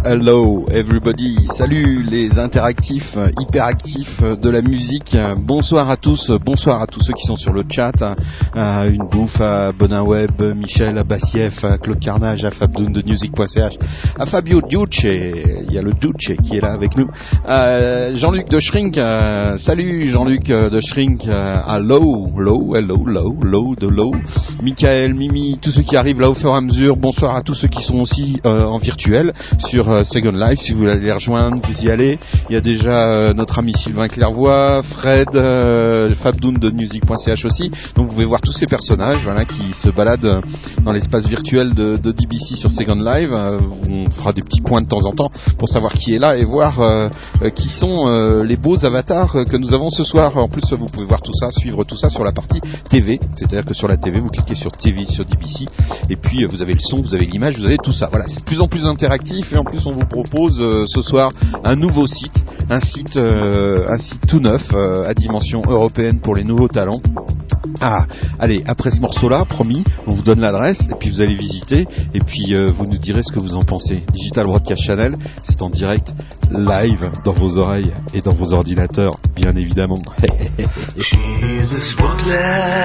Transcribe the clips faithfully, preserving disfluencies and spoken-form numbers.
Hello everybody, salut les interactifs, hyperactifs de la musique, bonsoir à tous, bonsoir à tous ceux qui sont sur le chat, à Une Bouffe, à Bonin Web, Michel, à Bassieff, à Claude Carnage, à Fabdoun de Music point c h, à Fabio Duce, il y a le Duce qui est là avec nous, à Jean-Luc de Shrink, salut Jean-Luc de Shrink, à Low, Low, hello, Low, Low, de Low, Michael, Mimi, tous ceux qui arrivent là au fur et à mesure, bonsoir à tous ceux qui sont aussi euh, en virtuel sur euh, Second Life, si vous voulez les rejoindre, vous y allez. Il y a déjà euh, notre ami Sylvain Clairvoy, Fred, euh, Fabdoun de Music point c h aussi. Donc vous pouvez voir tous ces personnages, voilà, qui se baladent dans l'espace virtuel de, de D B C sur Second Live. Euh, on fera des petits points de temps en temps pour savoir qui est là et voir euh, euh, qui sont euh, les beaux avatars que nous avons ce soir. En plus, vous pouvez voir tout ça, suivre tout ça sur la partie T V, c'est-à-dire que sur la T V, vous cliquez sur T V sur D B C et puis euh, vous avez le son, vous avez l'image, vous avez tout ça. Voilà, c'est de plus en plus interactif et en plus on vous propose euh, ce soir un nouveau site, un site, euh, un site tout neuf euh, à dimension européenne pour les nouveaux talents. Ah, allez, après ce morceau-là, promis, on vous donne l'adresse et puis vous allez visiter et puis euh, vous nous direz ce que vous en pensez. Digital Broadcast Channel, c'est en direct, live dans vos oreilles et dans vos ordinateurs, bien évidemment. She is a spotlight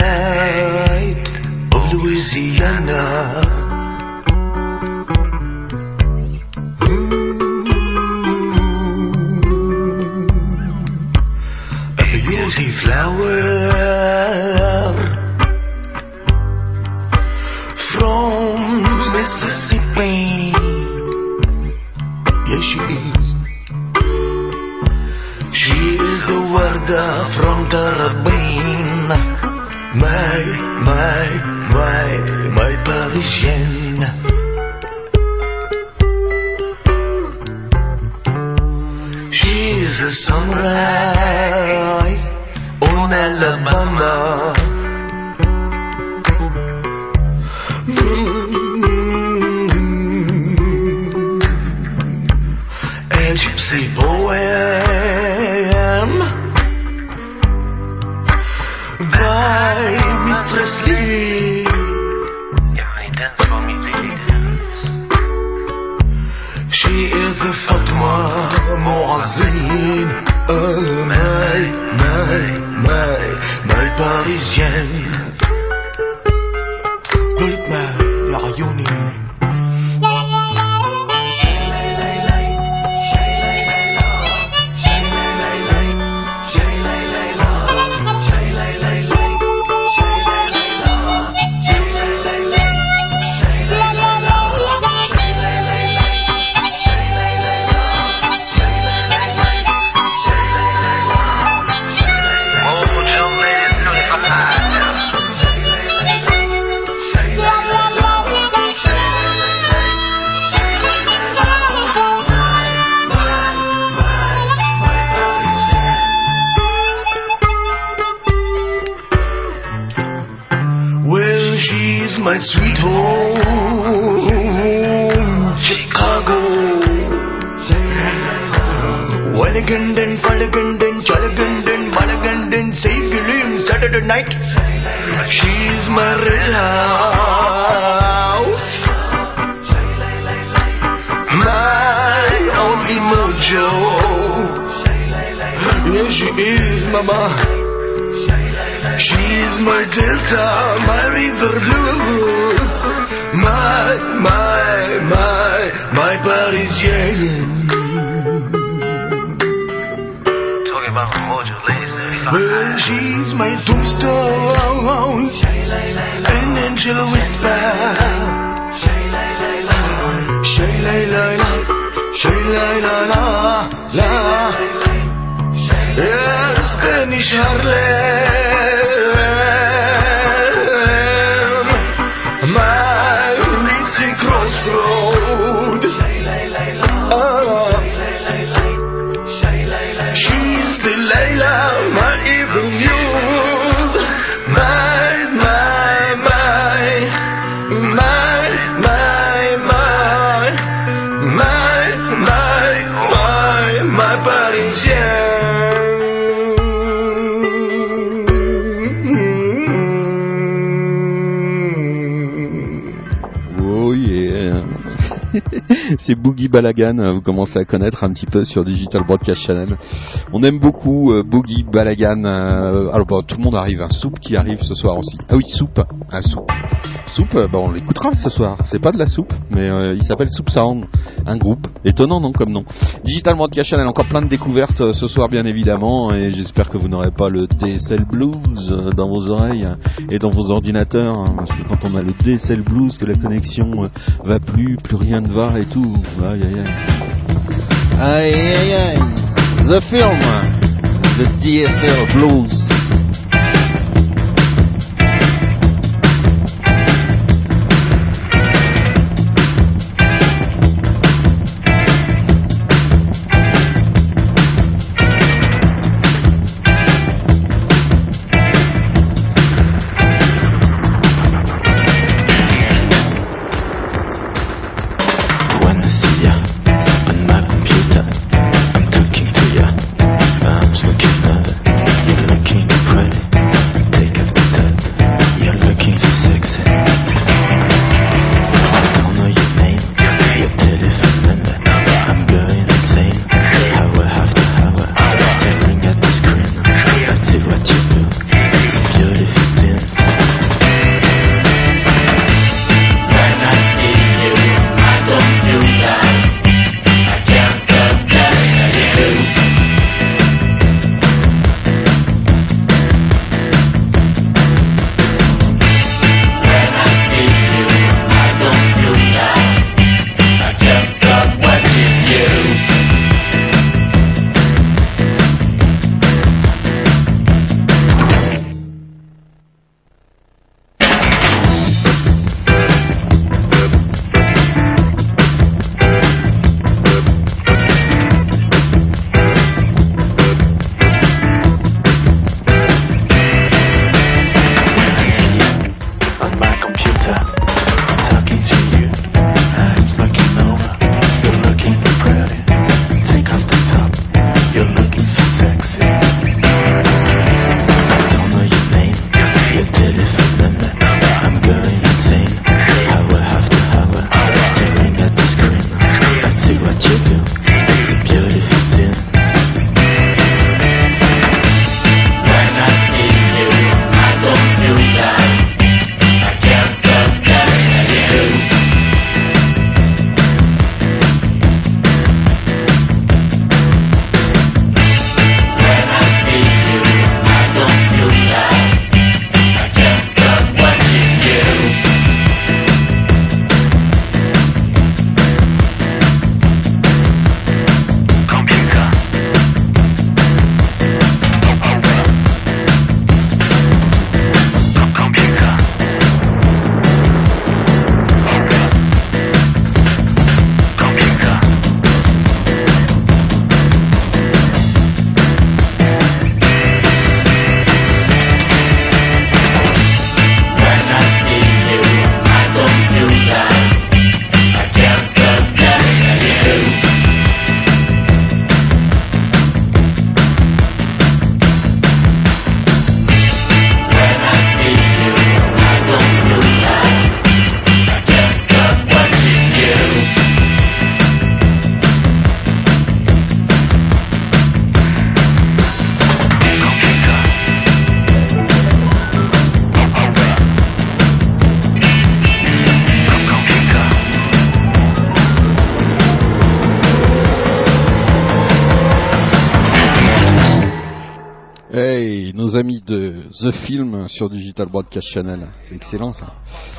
of Louisiana. Beauty flower from Mississippi. Yes, she is. She is a warda from Caribbean. My, my, my, my Parisienne. She is a sunrise on Alabama. Mm-hmm. A gypsy poem by Mistress Lee. Everybody dance for me, lady dance. She is a Fatma Moazin. Oh my, my, my, my Parisienne. قلتنا يا عيوني. My sweet home, Chicago. Walliganden, Falliganden, Challiganden, Ballaganden, Sailing Saturday night. She's my red house, my only mojo. Yes, she is, mama. She's my delta, my river blues, my, my, my, my Parisienne. Talking about mojo, ladies. Well, she's my tombstone, an angel whisper. Shay-lay-lay-la, shay-lay-la-la, la. Yeah, Spanish Harlem. Crossroad. Oh. She's the Layla, my evil muse. My, my, my, my, my, my, my, my, my, my Parisienne. C'est Boogie Balagan, vous commencez à connaître un petit peu sur Digital Broadcast Channel. On aime beaucoup euh, Boogie Balagan. Euh, alors bah, tout le monde arrive, un Soupe qui arrive ce soir aussi. Ah oui, Soupe, un Soupe. Soupe, bah, on l'écoutera ce soir. C'est pas de la soupe, mais euh, il s'appelle Soup Sound, un groupe. Étonnant, non, comme nom. Digital Broadcast Channel, encore plein de découvertes euh, ce soir, bien évidemment, et j'espère que vous n'aurez pas le D S L Blues euh, dans vos oreilles et dans vos ordinateurs, hein, parce que quand on a le D S L Blues, que la connexion euh, va plus, plus rien ne va et tout. Aïe aïe aïe. Aïe aïe aïe. The film, the D S L Blues. The Film sur Digital Broadcast Channel. C'est excellent ça.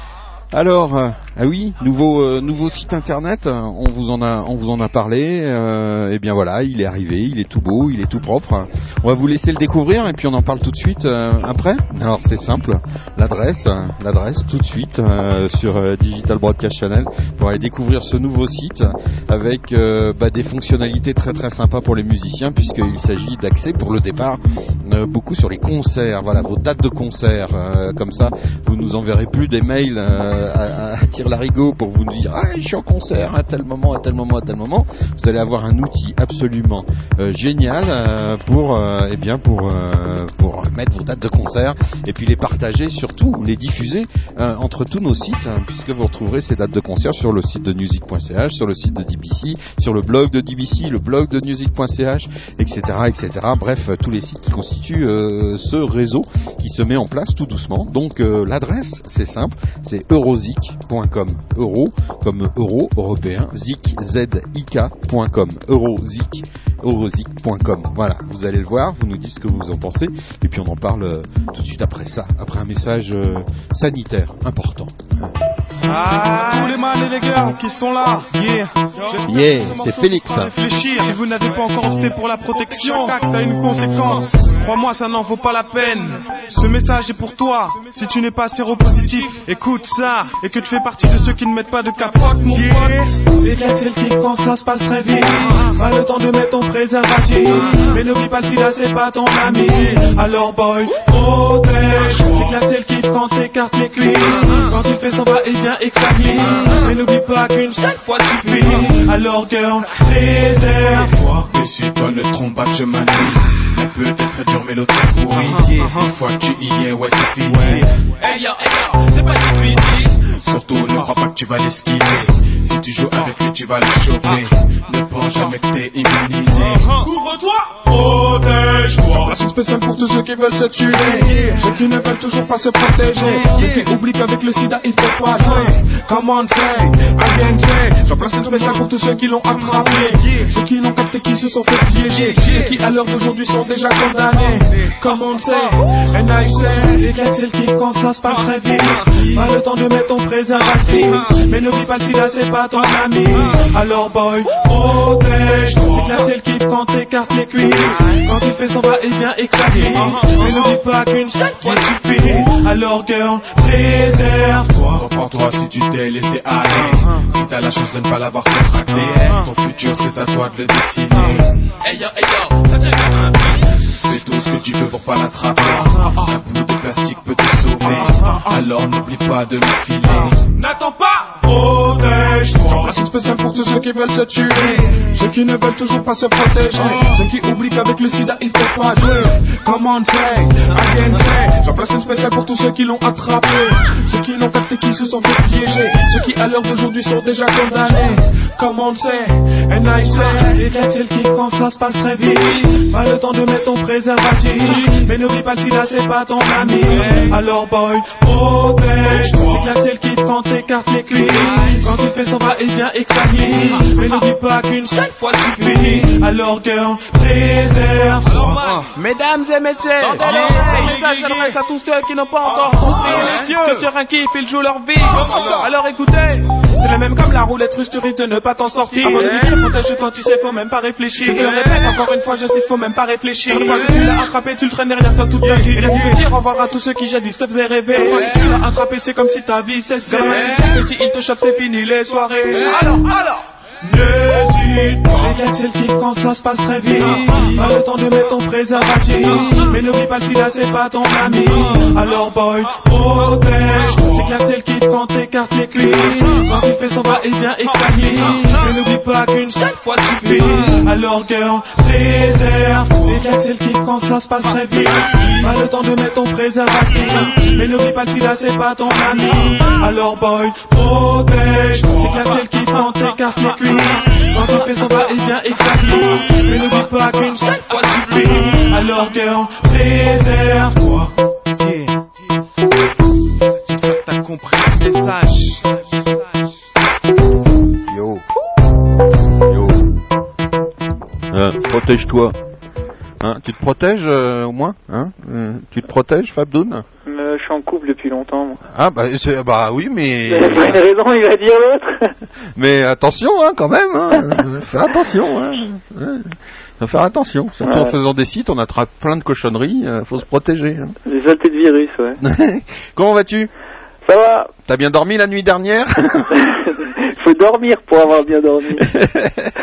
Alors, euh, ah oui, nouveau euh, nouveau site internet, on vous en a on vous en a parlé. Euh, et bien voilà, il est arrivé, il est tout beau, il est tout propre. On va vous laisser le découvrir et puis on en parle tout de suite euh, après. Alors c'est simple, l'adresse, l'adresse tout de suite euh, sur euh, Digital Broadcast Channel pour aller découvrir ce nouveau site avec euh, bah, des fonctionnalités très très sympas pour les musiciens puisqu'il s'agit d'accès pour le départ euh, beaucoup sur les concerts. Voilà vos dates de concert, euh, comme ça vous nous enverrez plus des mails. Euh, à, à tire-larigot pour vous dire ah, je suis en concert à tel moment, à tel moment, à tel moment, vous allez avoir un outil absolument euh, génial euh, pour, euh, eh bien pour, euh, pour mettre vos dates de concert et puis les partager, surtout les diffuser euh, entre tous nos sites, hein, puisque vous retrouverez ces dates de concert sur le site de music point c h, sur le site de D B C, sur le blog de D B C, le blog de music point c h, et cetera, et cetera. Bref, euh, tous les sites qui constituent euh, ce réseau qui se met en place tout doucement. Donc euh, l'adresse, c'est simple, c'est eurozik point com. Euro comme euro européen, zik z i k point com. Eurozik, eurozik point com. Voilà, vous allez le voir, vous nous dites ce que vous en pensez, et puis on en parle euh, tout de suite après ça, après un message euh, sanitaire important. Ah, tous les man et les girls qui sont là, yeah, yeah, c'est Félix. Réfléchir, si vous n'avez pas encore opté pour la protection, chaque acte a une conséquence. Crois-moi, ça n'en vaut pas la peine. Ce message est pour toi. Si tu n'es pas séropositif, écoute ça, et que tu fais partie de ceux qui ne mettent pas de capote, mon pote. C'est clair, c'est le kiff quand ça se passe très vite. Pas le temps de mettre ton préservatif, mais n'oublie pas si là c'est pas ton ami. Alors boy, protège. C'est clair, c'est le kiff quand t'écartes les cuisses. Quand il fait son va et bien et que ça glisse. Mais n'oublie pas qu'une seule fois suffit. Alors girl, préserve-toi. Et si toi ne trompe pas, je m'anime. Elle peut être dure mais l'autre est pourrie. Une fois que tu y es, ouais c'est fini. Hey yo, hey yo, c'est pas difficile. Surtout ne crois pas que tu vas l'esquiver. Si tu joues avec lui tu vas le choper. Ne pense jamais que t'es immunisé. Couvre-toi, protège-toi. Place une spéciale pour tous ceux qui veulent se tuer. Ceux qui ne veulent toujours pas se protéger. Ceux qui oublient qu'avec le sida il faut pas jouer. Come on say, again say. J'en place une spéciale pour tous ceux qui l'ont attrapé. Ceux qui n'ont capté qui se sont fait piéger. Ceux qui à l'heure d'aujourd'hui sont déjà condamnés. Come on say, and I say. C'est clair, c'est le kiff quand ça se passe très vite. Pas le temps de mettre ton préservatif, mais n'oublie pas le sida c'est pas ton ami. Alors boy, protège. C'est clair, c'est le kiff quand t'écartes les cuisses. Quand il fait son va et bien et que ça glisse. Mais n'oublie pas qu'une seule fois suffit. Alors girl, préserve-toi. Reprends-toi si tu t'es laissé aller. Si t'as la chance de ne pas l'avoir contracté, ton futur c'est à toi de le dessiner. Hey yo, hey yo, ça tient comme un fais tout ce que tu peux pour pas l'attraper. Un bout de plastique peut te sauver. Alors n'oublie pas de le filer. N'attends pas, protège-toi. J'en place une spéciale pour tous ceux qui veulent se tuer. Ceux qui ne veulent toujours pas se protéger. Ceux qui oublient qu'avec le sida il faut pas jouer. Come on say, again say. J'en place une spéciale pour tous ceux qui l'ont attrapé. Ceux qui l'ont capté qui se sont fait piéger. Ceux qui à l'heure d'aujourd'hui sont déjà condamnés. Come on say, and I say. C'est clair, c'est le kiff quand ça se passe très vite. Pas le temps de mettre ton préservatif, mais n'oublie pas le sida c'est pas ton ami. Alors boy, protège. C'est clair, c'est le kiff quand t'écartes les cuisses. Quand il fait son va et bien et que ça glisse. Mais n'oublie pas qu'une seule fois suffit. Alors girl, préserve-toi. Mesdames et messieurs, ce message s'adresse à tous ceux qui n'ont pas encore compris les yeux que sur un kiff ils jouent leur vie. Alors écoutez, c'est le même comme la roulette russe, tu risques de ne pas t'en sortir. Protège-toi, tu sais, faut même pas réfléchir. Je te le répète encore une fois, je sais, faut même pas réfléchir. Une fois que tu l'as attrapé, tu le traînes derrière toi toute ta vie. Et là, tu peux dire au revoir à tous ceux qui jadis te faisaient rêver. Une fois que tu l'as attrapé, c'est comme si ta vie cessait. Tu sais que si il te chope, c'est fini les soirées. Alors, alors n'hésite pas. C'est clair, c'est le kiff quand ça se passe très vite. Pas le temps de mettre ton préservatif, mais n'oublie pas le sida c'est pas ton ami. Alors boy, protège. C'est clair, c'est le kiff quand t'écartes les cuisses. Quand il fait son va et bien et que ça glisse. Mais n'oublie pas qu'une seule fois suffit. Alors girl, préserve. C'est clair, c'est le kiff quand ça se passe très vite. Pas le temps de mettre ton préservatif, mais n'oublie pas le sida c'est pas ton ami. Alors boy, protège. C'est clair, c'est le kiff quand t'écartes les cuisses. Quand il fait son va et bien et que ça glisse. Mais n'oublie pas qu'une seule fois suffit. Alors girl, préserve-toi. Yeah. J'espère que t'as compris le message. Yo. Yo. Euh, protège-toi. Hein, tu te protèges euh, au moins hein euh, Tu te protèges, Fabdoun? euh, Je suis en couple depuis longtemps. Moi. Ah bah, c'est, bah oui, mais... Il y a pas une raison, il va dire l'autre. Mais attention, hein, quand même. Hein. Fais attention. Hein. Ouais. Faut faire attention. Surtout ouais. En faisant des sites, on attrape plein de cochonneries. Euh, faut se protéger. Hein. Des saletés de virus, ouais. Comment vas-tu? Ça va. T'as bien dormi la nuit dernière? Faut dormir pour avoir bien dormi.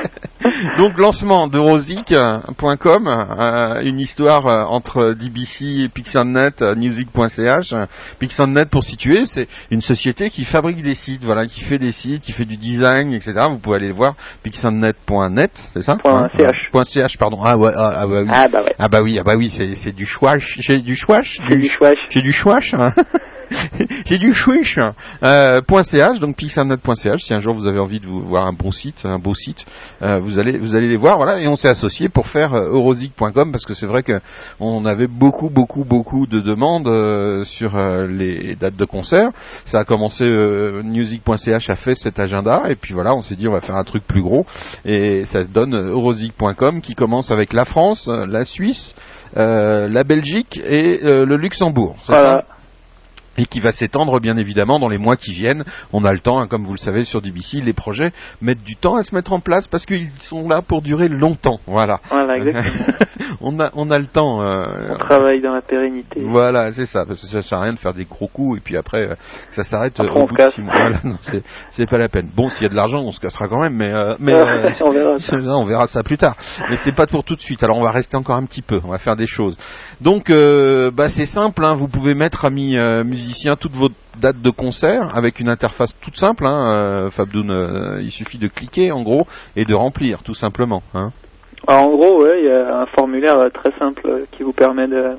Donc lancement d'Eurozik point com, euh, une histoire euh, entre D B C et Pixelnet, euh, music point c h. Pixelnet, pour situer, c'est une société qui fabrique des sites, voilà, qui fait des sites, qui fait du design, et cetera. Vous pouvez aller le voir, pixelnet point net, c'est ça? Point .ch. Point .ch, pardon. Ah ouais, ah, ah bah oui. Ah bah ouais. Ah bah oui, ah bah oui, c'est c'est du chouache, j'ai du chouache, C'est du chouache. j'ai du chouache. Hein. J'ai du chouiche. Euh, .ch, donc pixelnet point c h. Si un jour vous avez envie de vous voir un bon site, un beau site, euh, vous allez vous allez les voir, voilà. Et on s'est associé pour faire euh, Eurozik point com parce que c'est vrai que on avait beaucoup beaucoup beaucoup de demandes euh, sur euh, les dates de concert. Ça a commencé, euh, music point c h a fait cet agenda et puis voilà, on s'est dit on va faire un truc plus gros et ça se donne Eurozik point com qui commence avec la France, la Suisse, euh, la Belgique et euh, le Luxembourg. C'est Voilà. ça ? Et qui va s'étendre bien évidemment dans les mois qui viennent. On a le temps, hein, comme vous le savez sur D B C, les projets mettent du temps à se mettre en place parce qu'ils sont là pour durer longtemps. Voilà. Voilà, exactement. on a on a le temps. Euh, On travaille dans la pérennité. Voilà, c'est ça. Parce que ça sert à rien de faire des gros coups et puis après euh, ça s'arrête Après, euh, au on bout se de casse. six mois. Voilà, non, c'est, c'est pas la peine. Bon, s'il y a de l'argent, on se cassera quand même, mais euh, mais Ouais, euh, on verra. c'est ça, on verra ça plus tard. Mais c'est pas pour tout de suite. Alors on va rester encore un petit peu. On va faire des choses. Donc euh, bah c'est simple. Hein, vous pouvez mettre, amis euh, musiciens, toutes vos dates de concert avec une interface toute simple. Hein, euh, Fabdoun, euh, il suffit de cliquer en gros et de remplir tout simplement. Hein. Alors, en gros, ouais, il y a un formulaire euh, très simple euh, qui vous permet de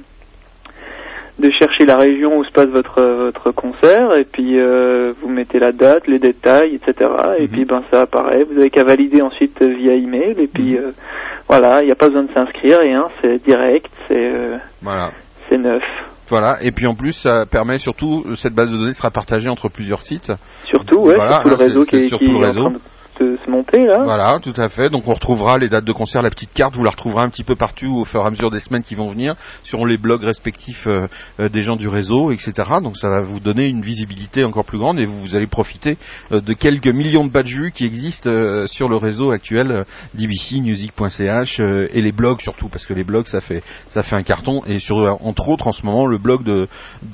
de chercher la région où se passe votre votre concert et puis euh, vous mettez la date, les détails, et cetera. Et Mhm. puis ben ça apparaît. Vous avez qu'à valider ensuite euh, via email et puis euh, voilà, il n'y a pas besoin de s'inscrire, rien, c'est direct, c'est euh, Voilà. c'est neuf. Voilà, et puis en plus ça permet surtout, cette base de données sera partagée entre plusieurs sites. Surtout, ouais, Voilà, sur tout le hein, réseau c'est- qui c'est est, sur qui tout le est en réseau. train de de se monter là. Voilà, tout à fait. Donc on retrouvera les dates de concert, la petite carte, vous la retrouverez un petit peu partout au fur et à mesure des semaines qui vont venir, sur les blogs respectifs euh, euh, des gens du réseau, et cetera. Donc ça va vous donner une visibilité encore plus grande et vous, vous allez profiter euh, de quelques millions de badges qui existent euh, sur le réseau actuel euh, D B C, music point c h euh, et les blogs surtout, parce que les blogs ça fait ça fait un carton et sur entre autres en ce moment le blog de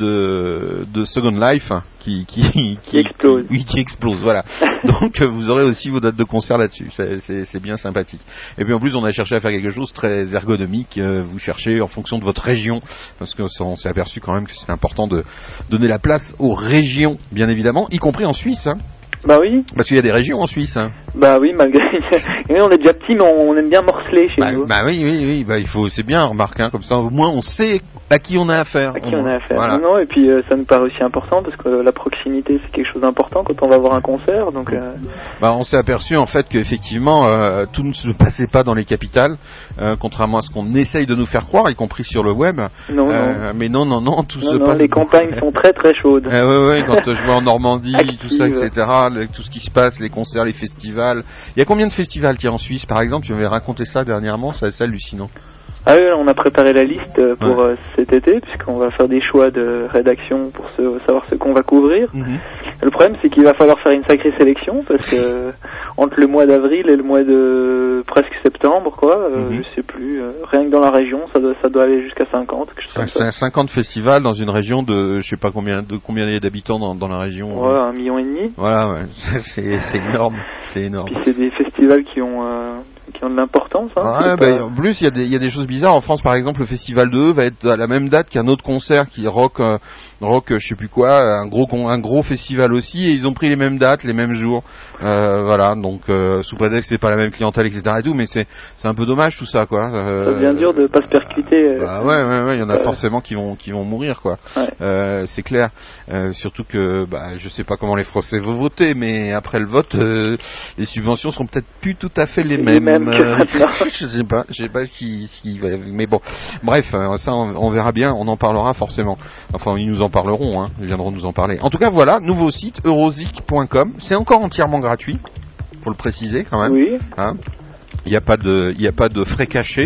de, de Second Life qui qui, Qui explose. oui, qui explose, voilà. Donc euh, vous aurez aussi vos dates de concert là-dessus, c'est, c'est, c'est bien sympathique. Et puis en plus on a cherché à faire quelque chose de très ergonomique, euh, vous cherchez en fonction de votre région, parce qu'on s'est aperçu quand même que c'est important de donner la place aux régions, bien évidemment, y compris en Suisse, hein, Bah oui, parce qu'il y a des régions en Suisse. Hein. bah oui, malgré. Et on est déjà petits, mais on aime bien morceler chez Bah, nous. bah oui, oui, oui, bah il faut, c'est bien, remarque, hein, comme ça au moins on sait à qui on a affaire. À qui on a affaire. Voilà. Non, non, et puis euh, ça nous paraît aussi important parce que euh, la proximité c'est quelque chose d'important quand on va voir un concert. Donc, euh, Bah, on s'est aperçu en fait qu'effectivement euh, tout ne se passait pas dans les capitales, euh, contrairement à ce qu'on essaye de nous faire croire, y compris sur le web. non, non. Euh, mais non, non, non, tout Non, se non, passe. les campagnes sont très très chaudes. Euh, ouais, ouais, quand euh, je vais en Normandie, Active. tout ça, et cetera, le- tout ce qui se passe, les concerts, les festivals. Il y a combien de festivals qu'il y a en Suisse, par exemple? Tu m'avais raconté ça dernièrement, c'est assez hallucinant. Ah oui, on a préparé la liste euh, pour euh, cet été puisqu'on va faire des choix de rédaction pour se, savoir ce qu'on va couvrir. Le problème c'est qu'il va falloir faire une sacrée sélection parce que entre le mois d'avril et le mois de presque septembre, quoi, euh, Mhm. je sais plus, euh, rien que dans la région, ça doit, ça doit aller jusqu'à cinquante. quelque chose comme ça. C'est cinquante festivals dans une région de, je sais pas combien, de combien il y a d'habitants dans, dans la région. Ouais, un million et demi. Voilà, ouais. c'est, c'est énorme, c'est énorme. Puis c'est des festivals qui ont euh, qui ont de l'importance. Hein, Ouais, c'est bah, pas- en plus, il y, a des, il y a des choses bizarres. En France, par exemple, le Festival de E va être à la même date qu'un autre concert qui est rock, euh, rock, euh, je sais plus quoi, un gros, con- un gros festival aussi, et ils ont pris les mêmes dates, les mêmes jours. Euh, voilà, donc euh, sous prétexte que c'est pas la même clientèle, et cetera. Et tout, mais c'est, c'est un peu dommage tout ça, quoi. Euh, ça devient dur de pas se percuter. euh, Bah ouais, ouais, ouais, il y en a euh, forcément qui vont, qui vont mourir, quoi. Ouais. Euh, c'est clair. Euh, surtout que, bah, je sais pas comment les Français vont voter, mais après le vote, euh, les subventions seront peut-être plus tout à fait les, Les mêmes. mêmes que Euh, maintenant. je sais pas, je sais pas qui, qui va, mais bon. Bref, euh, ça, on, on verra bien, on en parlera forcément. Enfin, ils nous en parleront, hein. Ils viendront nous en parler. En tout cas, voilà, nouveau site, eurozik point com. C'est encore entièrement gratuit. Faut le préciser quand même. Oui. Hein. Il n'y a pas de, il n'y a pas de frais cachés.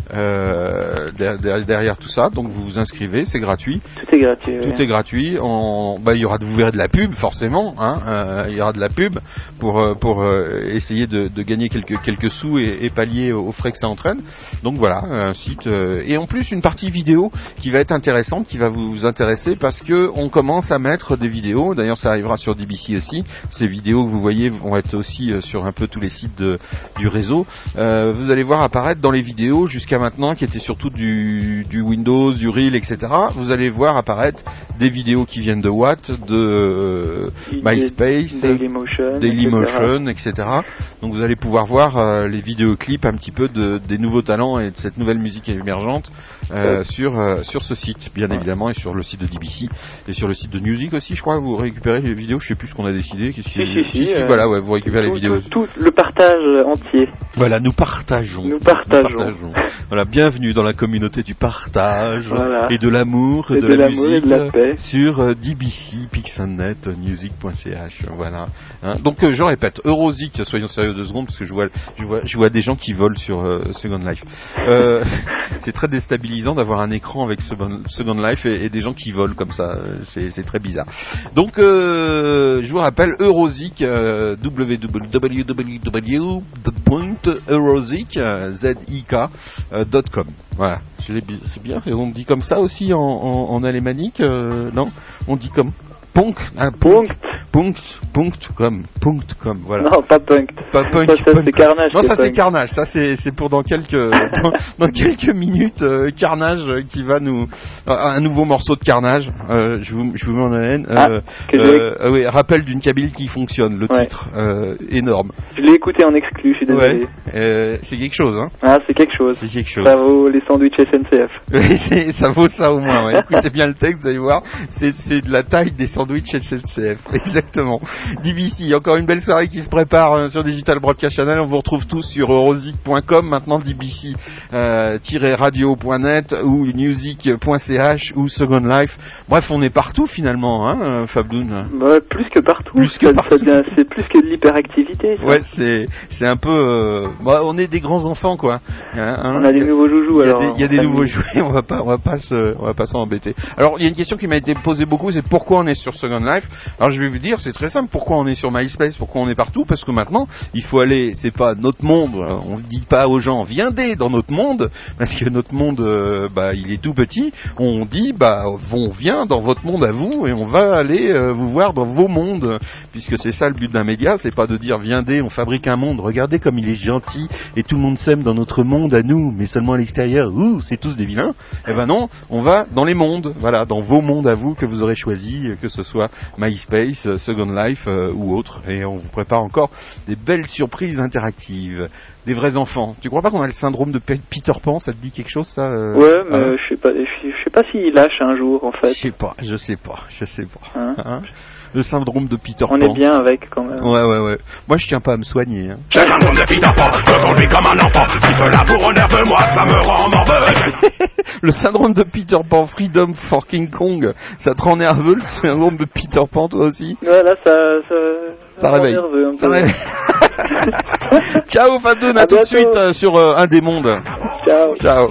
euh, derrière, derrière tout ça. Donc vous vous inscrivez, c'est gratuit. Tout est gratuit. Tout oui. est gratuit. On, bah, il y aura, vous verrez de la pub forcément. Hein, euh, il y aura de la pub pour pour euh, essayer de, de gagner quelques quelques sous et, et pallier aux frais que ça entraîne. Donc voilà, un site euh, et en plus une partie vidéo qui va être intéressante, qui va vous intéresser parce que on commence à mettre des vidéos. D'ailleurs, ça arrivera sur D B C aussi. Ces vidéos que vous voyez vont être aussi euh, sur un peu tous les sites de, du réseau. Euh, vous allez voir apparaître dans les vidéos jusqu'à maintenant, qui étaient surtout du, du Windows, du Reel, et cetera. Vous allez voir apparaître des vidéos qui viennent de Watt, de euh, MySpace, Dailymotion, Dailymotion, et cetera. Donc vous allez pouvoir voir euh, les vidéoclips un petit peu de, des nouveaux talents et de cette nouvelle musique émergente euh, ouais. sur euh, sur ce site, bien ouais. évidemment, et sur le site de D B C et sur le site de Music aussi, je crois. Vous récupérez les vidéos. Je sais plus ce qu'on a décidé. Si, si, si, si, si euh, voilà, ouais, vous récupérez tout, les vidéos. Tout, tout le partage entier. Voilà, nous partageons. Nous partageons. Nous partageons. Voilà, bienvenue dans la communauté du partage voilà. et de l'amour et, et de, de la musique et de la paix. Sur euh, D B C, Pixelnet, music point c h. Voilà. Hein, donc euh, je répète, Eurosic, soyons sérieux deux secondes parce que je vois, je vois, je vois des gens qui volent sur euh, Second Life. Euh, c'est très déstabilisant d'avoir un écran avec Second, Second Life et, et des gens qui volent comme ça. C'est, c'est très bizarre. Donc euh, je vous rappelle Eurosic, euh, w w w point eurosic dot com. Voilà, c'est bien. Et on dit comme ça aussi en, en, en alémanique, euh, non? On dit comme Punk, un punct, punct, punct, comme, punct, comme, voilà. Non, pas punk. Pas punk. Ça, ça punk. c'est carnage. Non, c'est ça punk. c'est carnage. Ça c'est, c'est pour dans quelques, dans, dans quelques minutes, euh, carnage euh, qui va nous, euh, un nouveau morceau de carnage. Euh, je vous, je vous mets en haleine. Ah, euh, que euh, euh, oui, rappel d'une cabine qui fonctionne. Le ouais. titre, euh, énorme. Je l'ai écouté en exclu. Je suis désolé. Ouais. Euh, c'est quelque chose, hein. Ah, c'est quelque chose. C'est quelque chose. Ça vaut les sandwichs S N C F. Oui, c'est, ça vaut ça au moins. Ouais. Écoutez bien le texte, vous allez voir. C'est, c'est de la taille des sandwichs S N C F. Exactement. D B C, encore une belle soirée qui se prépare euh, sur Digital Broadcast Channel. On vous retrouve tous sur eurosic point com, maintenant D B C radio point net ou music point c h ou Second Life. Bref, on est partout finalement, hein, Fabdoun. Bah, plus que partout. Plus que ça, partout. Ça devient, c'est plus que de l'hyperactivité. Ça. Ouais, c'est c'est un peu. Euh, bah, on est des grands enfants, quoi. Hein, on a des nouveaux joujoux. Il y a alors. des, il y a des nouveaux jouets. On va pas, on va pas se, on va pas s'embêter. Alors, il y a une question qui m'a été posée beaucoup, c'est pourquoi on est sur Second Life. Alors, je vais vous dire, c'est très simple. Pourquoi on est sur MySpace? Pourquoi on est partout? Parce que maintenant, il faut aller. C'est pas notre monde. On dit pas aux gens, viendez dans notre monde, parce que notre monde, euh, bah, il est tout petit. On dit, bah, on vient dans votre monde à vous et on va aller euh, vous voir dans vos mondes, puisque c'est ça le but d'un média. C'est pas de dire, viendez, on fabrique un monde. Regardez comme il est gentil et tout le monde s'aime dans notre monde à nous, mais seulement à l'extérieur. Ouh, c'est tous des vilains. Eh ben non, on va dans les mondes. Voilà, dans vos mondes à vous que vous aurez choisi, que ce soit MySpace, Second Life euh, ou autre, et on vous prépare encore des belles surprises interactives, des vrais enfants. Tu crois pas qu'on a le syndrome de P- Peter Pan? Ça te dit quelque chose, ça euh, Ouais, mais hein je sais pas, je sais pas s'il lâche un jour en fait. Je sais pas, je sais pas, je sais pas. Hein hein le syndrome de Peter On Pan. est bien avec quand même. Ouais, ouais, ouais. Moi, je tiens pas à me soigner. Hein. J'ai le syndrome de Peter Pan, je conduis comme un enfant. Si cela vous énerve moi, ça me rend morveux. Le syndrome de Peter Pan, Freedom for King Kong, ça te rend nerveux, le syndrome de Peter Pan, toi aussi? Ouais, là, ça... Ça, ça, ça réveille. Nerveux, un ça peu. réveille. Ciao, Fabdoun, à, à tout de suite euh, sur euh, Un des mondes. Ciao. Ciao.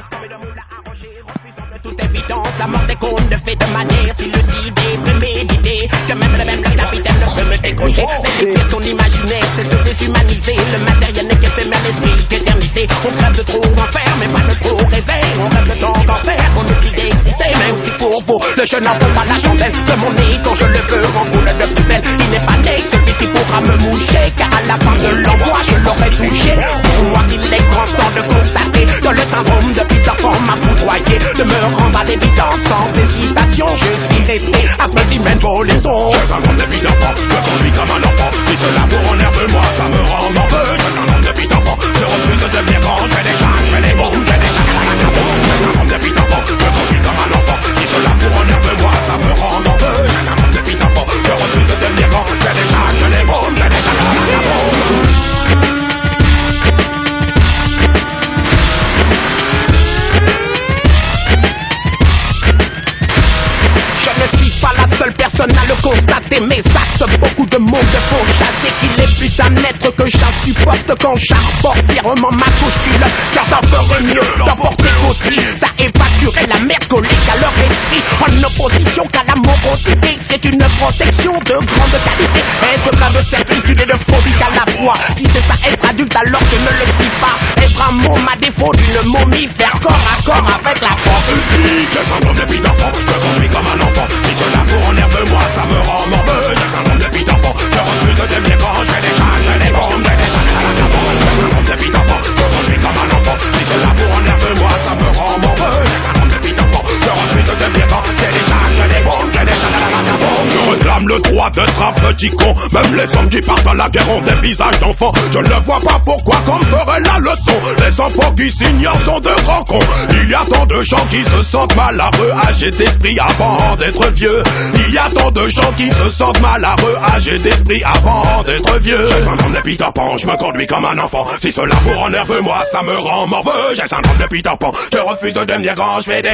Toute évidence, la mort des cons ne fait de manière si lucide et prémédité que même le même le capitaine ne peut me décrocher. Les faits sont imaginaires, c'est se déshumaniser. Le matériel n'est qu'éphémère, l'esprit qu'éternité. On rêve de trop d'en faire, mais pas de trop rêver. On rêve de tant d'en faire, on oublie d'exister. Même si pour vous, le jeune n'en pas la chandelle de mon nez quand je le veux en boule de plus belle. Il n'est pas né, celui qui pourra me moucher, car à la fin de l'envoi, je l'aurais touché. Pour moi, il est grand temps de constater que le syndrome de Peter Pan m'a foudroyé, de me rendre à l'évidence sans hésitation. Je suis resté à spécimen pour les sons. J'ai le syndrome de Peter Pan, je conduis comme un enfant. Si cela vous énerve moi, ça me rend morveux. J'ai le syndrome de Peter Pan, je refuse de devenir grand. Je fais des chats, je fais des bombes, je fais des chats. J'ai le syndrome de Peter Pan, je conduis comme un enfant. Si cela vous énerve moi, ça me rend morveux. J'ai le syndrome de Peter Pan, je refuse de devenir grand. Je fais des chats, je fais des bombes, je fais des chats. supporte quand j'apporte virement ma coustule. Car t'en ferais mieux d'emporter aussi. Ça évacue la mercolique à leur esprit. En opposition qu'à la morosité. C'est une protection de grande qualité. Être plein de certitude et de phobie à la fois. Si c'est ça être adulte alors je ne le suis pas. Être un môme à défaut d'une momie. Faire corps à corps avec la force. J'ai syndrome de Peter Pan, je conduis comme un enfant. Si cela vous énerve moi, ça me rend morveux. J'ai syndrome de Peter Pan, je refuse de devenir grand. J'ai des chats, j'ai des bombes, j'ai des chats à la cabane. J'ai syndrome de Peter Pan, je conduis comme un enfant. Si cela vous énerve moi, ça me rend morveux. J'ai syndrome de Peter Pan, je refuse de devenir grand. J'ai des chats, j'ai des bombes, j'ai des chats à la cabane. Je réclame le droit d'être un petit con. Même les hommes qui partent à la guerre ont des visages d'enfants. Je ne vois pas pourquoi qu'on me ferait la leçon. Les enfants qui s'ignorent sont de grands cons. Il y a tant de gens qui se sentent malheureux, âgés d'esprit avant d'être vieux. Il y a tant de gens qui se sentent malheureux, âgés d'esprit avant d'être vieux. J'ai syndrome de Peter Pan, je me conduis comme un enfant. Si cela vous rend nerveux, moi ça me rend morveux. J'ai syndrome de Peter Pan, je refuse de devenir grand, je fais des...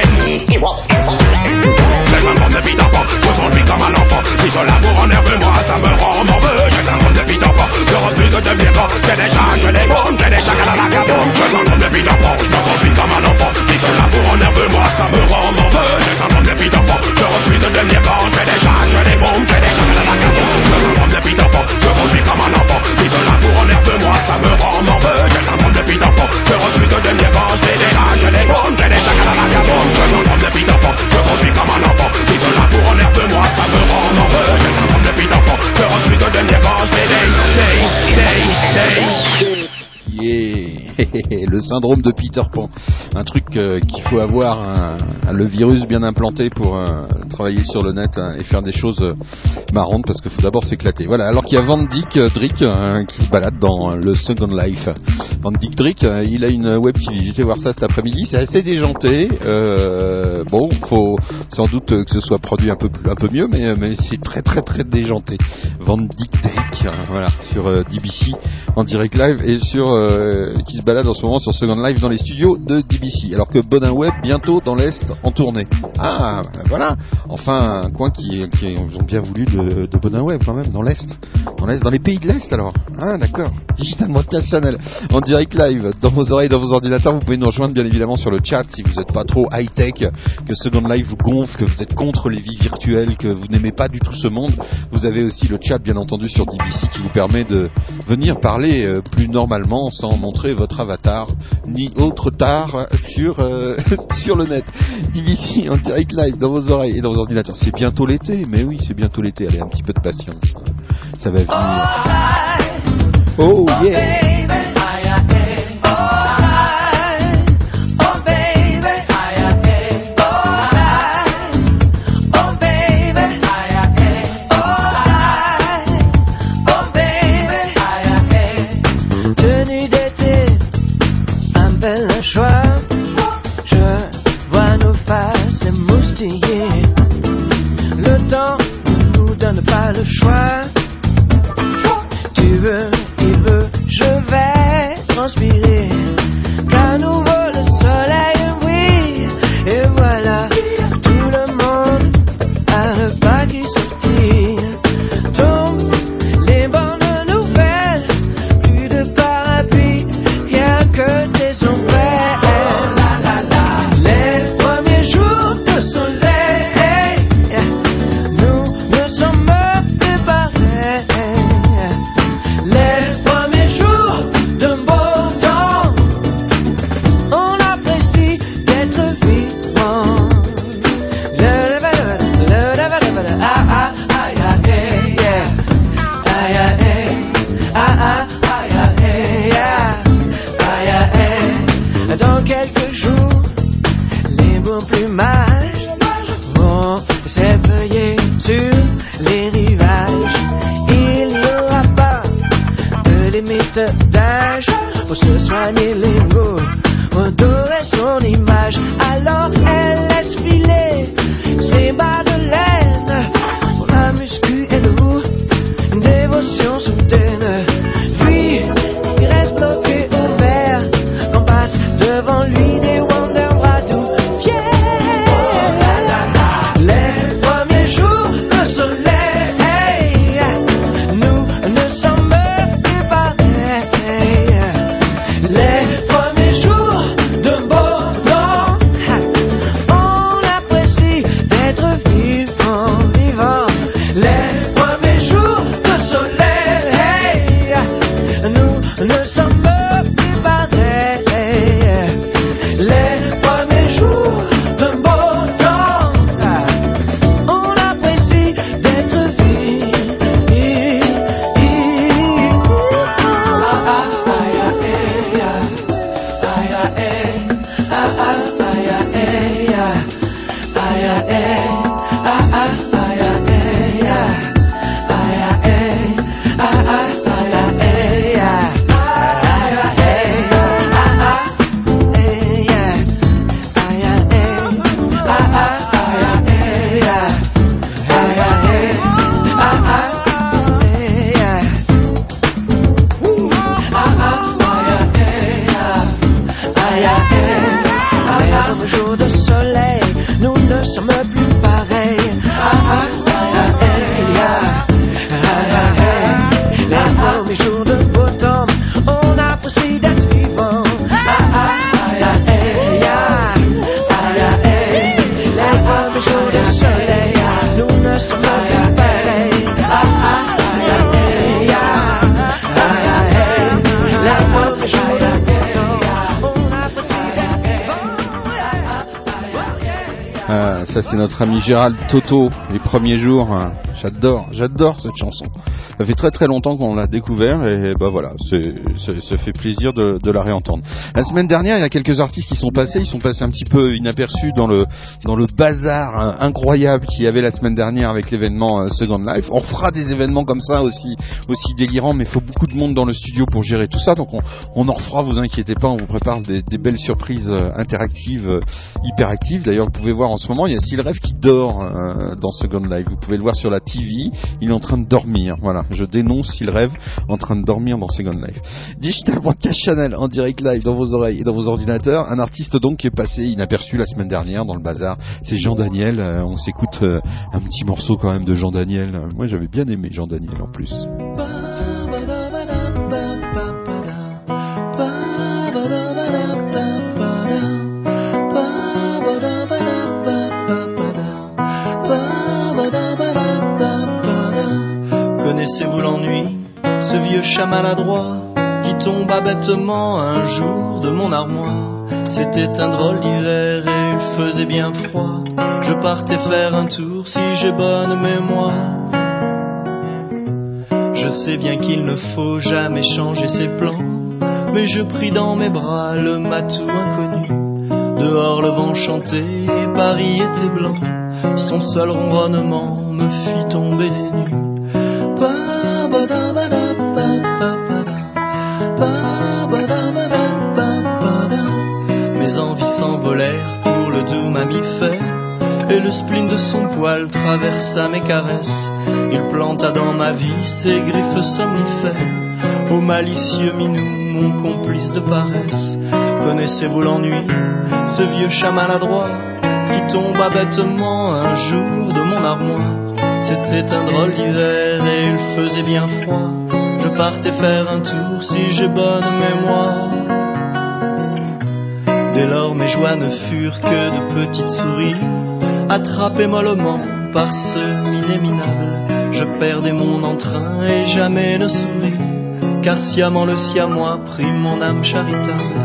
J'ai syndrome de Peter Pan, je me conduis comme un enfant. Si cela vous rend nerveux, moi ça me rend morveux. J'ai syndrome de Peter Pan, je refuse de devenir grand. J'ai des chats, j'ai des bombes, j'ai des chats à la cabane. J'ai syndrome de Peter Pan, je me conduis comme un enfant. Si cela vous rend nerveux, moi ça me rend morveux. J'ai syndrome de Peter Pan, je refuse de devenir grand. J'ai des chats, j'ai des bombes, j'ai des chats à la cabane. J'ai syndrome de Peter Pan, je conduis comme un enfant. Si cela vous rend nerveux, moi ça me rend morveux. J'ai syndrome de Peter Pan, je refuse de devenir grand. J'ai des chats, j'ai des bombes, j'ai des chats à la cabane. J'ai syndrome de Peter Pan, je conduis comme un enfant. Si cela vous rend nerveux, moi ça me rend morveux. J'ai syndrome de Peter Pan, je refuse de devenir grand. J'ai des, des, des, des. Yeah. Le syndrome de Peter Pan, un truc euh, qu'il faut avoir un, un, le virus bien implanté pour euh, travailler sur le net hein, et faire des choses euh, marrantes parce qu'il faut d'abord s'éclater. Voilà, alors qu'il y a Van Dyck euh, Drick euh, qui se balade dans le Second Life. Van Dyck Drick, euh, il a une web T V, j'étais voir ça cet après-midi, c'est assez déjanté. Euh, bon, faut sans doute que ce soit produit un peu un peu mieux, mais, mais c'est très très très déjanté. Van Dyck Drick, euh, voilà, sur euh, D B C en direct live et sur euh, qui se balade en ce moment sur Second Life dans les studios de D B C, alors que Bonin Web bientôt dans l'Est en tournée. Ah, voilà, enfin un coin qui, qui ont bien voulu de, de Bonin Web quand même, dans l'Est, dans l'Est, dans les pays de l'Est alors. Ah d'accord, Digital Broadcast Channel en direct live dans vos oreilles, dans vos ordinateurs. Vous pouvez nous rejoindre bien évidemment sur le chat si vous n'êtes pas trop high tech, que Second Life vous gonfle, que vous êtes contre les vies virtuelles, que vous n'aimez pas du tout ce monde. Vous avez aussi le chat bien entendu sur D B C qui vous permet de venir parler euh, plus normalement sans montrer votre avatar ni autre tard sur euh, sur le net. D B C en direct live dans vos oreilles et dans vos ordinateurs. C'est bientôt l'été, mais oui, c'est bientôt l'été. Allez, un petit peu de patience, ça va venir. Oh yeah. Le temps ne nous donne pas le choix. Tu veux, il veut, je vais transpirer. Qu'à nouveau le soleil brille. Et voilà, tout le monde a le pas qui sortit. Tombe les bonnes nouvelles. Plus de parapluie, rien que des ombrelles. Les premiers jours de soleil. D'âge pour se soigner les mots, redorer son image. Alors elle laisse filer ses bas de laine pour la muscu et nous, une dévotion soudaine. Puis il reste bloqué au vert qu'on passe devant lui des Wonder Bras tout fiers. Les premiers jours de soleil, nous ne sommes plus pareils. ça c'est notre ami Gérald Toto, les premiers jours. Hein. J'adore, j'adore cette chanson. Ça fait très très longtemps qu'on l'a découvert et bah voilà, c'est, c'est, ça fait plaisir de, de la réentendre. La semaine dernière, il y a quelques artistes qui sont passés, ils sont passés un petit peu inaperçus dans le dans le bazar hein, incroyable qu'il y avait la semaine dernière avec l'événement euh, Second Life. On fera des événements comme ça aussi aussi délirants, mais il faut beaucoup de monde dans le studio pour gérer tout ça, donc on, on en refera, vous inquiétez pas, on vous prépare des, des belles surprises euh, interactives, euh, hyper actives. D'ailleurs, vous pouvez voir en ce moment, il y a Sylref qui dort euh, dans Second Life. Vous pouvez le voir sur la T V, il est en train de dormir. Voilà, je dénonce Sylref en train de dormir dans Second Life. Digital Broadcast Channel en direct live dans vos oreilles et dans vos ordinateurs. Un artiste donc qui est passé inaperçu la semaine dernière dans le bazar, c'est Jean Daniel. Euh, on s'écoute euh, un petit morceau quand même de Jean Daniel. Euh, moi j'avais bien aimé Jean Daniel en plus. Connaissez-vous l'ennui, ce vieux chat maladroit qui tomba bêtement un jour de mon armoire? C'était un drôle d'hiver et il faisait bien froid. Je partais faire un tour si j'ai bonne mémoire. Je sais bien qu'il ne faut jamais changer ses plans, mais je pris dans mes bras le matou inconnu. Dehors le vent chantait et Paris était blanc. Son seul ronronnement me fit tomber des nues. Mes envies s'envolèrent pour le doux mammifère, et le spleen de son poil traversa mes caresses. Il planta dans ma vie ses griffes somnifères. Ô malicieux minou, mon complice de paresse, connaissez-vous l'ennui, ce vieux chat maladroit qui tomba bêtement un jour de mon armoire? C'était un drôle d'hiver et il faisait bien froid. Je partais faire un tour si j'ai bonne mémoire. Dès lors mes joies ne furent que de petites souris, attrapées mollement par ce minet minable. Je perdais mon entrain et jamais ne souris, car sciemment le siamois prit mon âme charitable.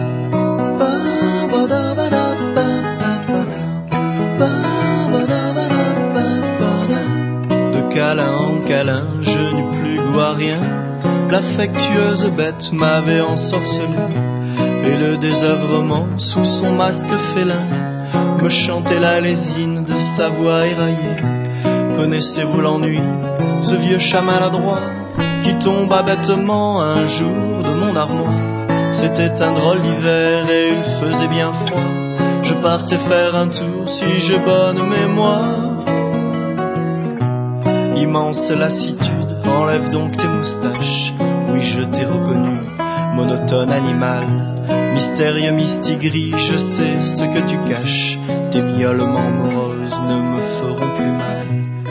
De câlin en câlin, je n'eus plus goût à rien. L'affectueuse bête m'avait ensorcelé, et le désœuvrement sous son masque félin me chantait la lésine de sa voix éraillée. Connaissez-vous l'ennui, ce vieux chat maladroit qui tomba bêtement un jour de mon armoire? C'était un drôle d'hiver et il faisait bien froid. Je partais faire un tour si j'ai bonne mémoire. Immense lassitude, enlève donc tes moustaches. Oui, je t'ai reconnu, monotone animal. Mystérieux mistigris, je sais ce que tu caches. Tes miaulements moroses ne me feront plus mal.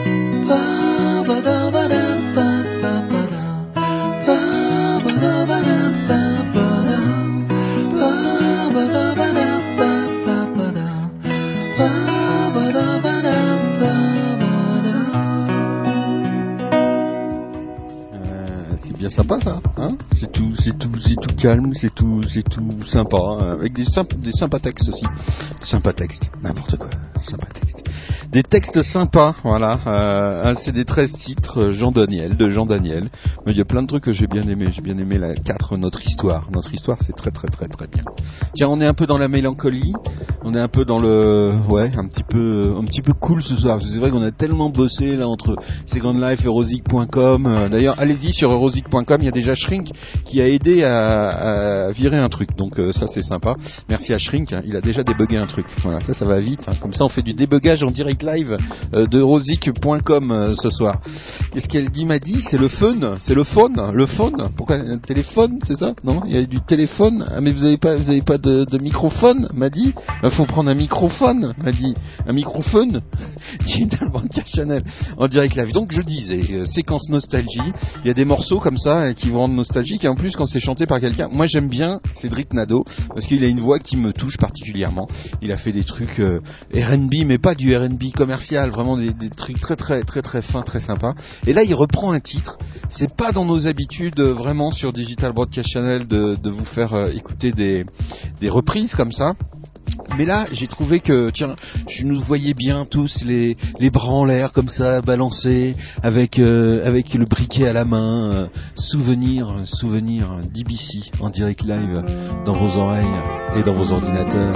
Sympa ça, hein, c'est tout, c'est tout, c'est tout calme, c'est tout, c'est tout sympa, hein, avec des symp- des sympas textes aussi, sympas textes, n'importe quoi, sympas textes, des textes sympas, voilà, euh, un C D treize titres, Jean Daniel, de Jean Daniel, mais il y a plein de trucs que j'ai bien aimé, j'ai bien aimé la quatre, notre histoire, notre histoire c'est très très très très bien. Tiens, on est un peu dans la mélancolie, on est un peu dans le, ouais, un petit peu, un petit peu cool ce soir, c'est vrai qu'on a tellement bossé là entre Second Life et Rosic point com, euh, d'ailleurs allez-y sur Rosic point com, il y a déjà Shrink qui a aidé à, à virer un truc, donc euh, ça c'est sympa, merci à Shrink, hein, il a déjà débugué un truc, voilà, ça ça va vite, hein. Comme ça on fait du débugage en direct live euh, de Rosic point com euh, ce soir. Qu'est-ce qu'elle dit, m'a dit, c'est le phone, c'est le phone, le phone, pourquoi un téléphone, c'est ça? Non, il y a du téléphone, ah mais vous avez pas, vous avez pas de, de microphone, m'a dit, il faut prendre un microphone, m'a dit, un microphone, Digital Broadcast Channel en direct live. Donc je disais, euh, séquence nostalgie, il y a des morceaux comme ça qui vous rendent nostalgique, et en plus quand c'est chanté par quelqu'un, moi j'aime bien Cédric Nadeau parce qu'il a une voix qui me touche particulièrement. Il a fait des trucs euh, R and B, mais pas du R and B commercial, vraiment des, des trucs très très très très fins, très sympas. Et là il reprend un titre, c'est pas dans nos habitudes euh, vraiment sur Digital Broadcast Channel de, de vous faire euh, écouter des, des reprises comme ça. Mais là, j'ai trouvé que, tiens, je nous voyais bien tous les, les bras en l'air comme ça, balancés, avec, euh, avec le briquet à la main. Euh, souvenir, souvenir d'I B C en direct live dans vos oreilles et dans vos ordinateurs.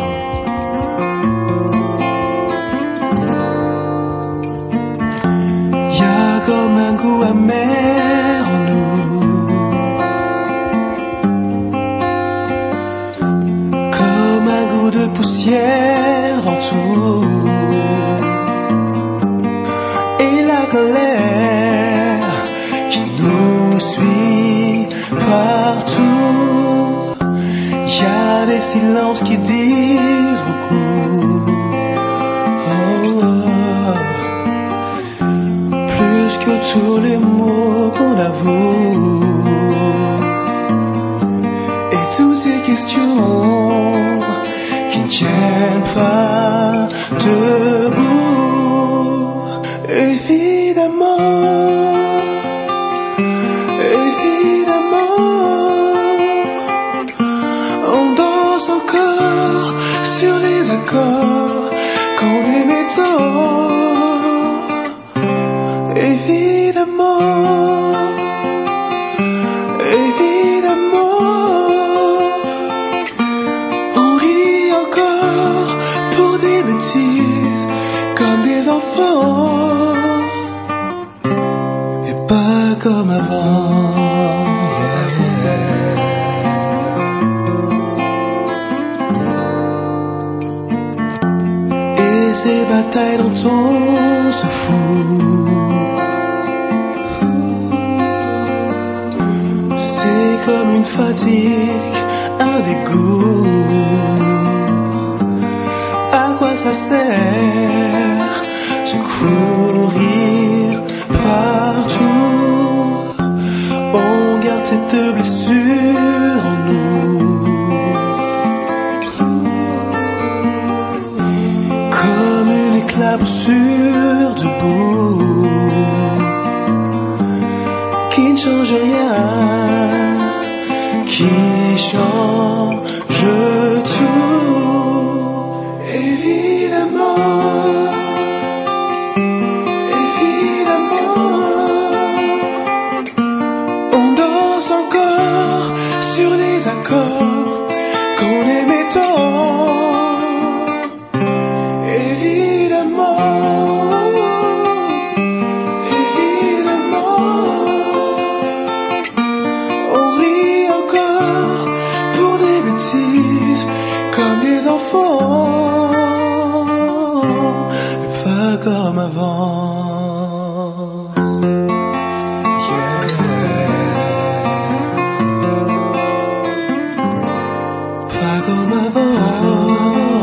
Y a comme un goût amer en nous, comme un goût de poussière dans tout, et la colère qui nous suit partout. Y a des silences qui disent beaucoup. Oh, oh. Plus que tous les mots qu'on avoue, et toutes ces questions qui ne tiennent pas debout. Évidemment, évidemment, on danse encore sur les accords qu'on aimait tant. Évidemment, évidemment, on rit encore pour des bêtises comme des enfants, et pas comme avant. Yeah. Et ces batailles dont on se fout, comme une fatigue, un dégoût. À quoi ça sert de courir partout? On garde cette blessure en nous, comme une éclaboussure debout qui ne change rien, qui change tout. Évidemment, évidemment, on danse encore sur les accords qu'on aimait tant. Évidemment, évidemment, on rit encore pour des bêtises comme des enfants, et pas comme avant. Pas comme avant.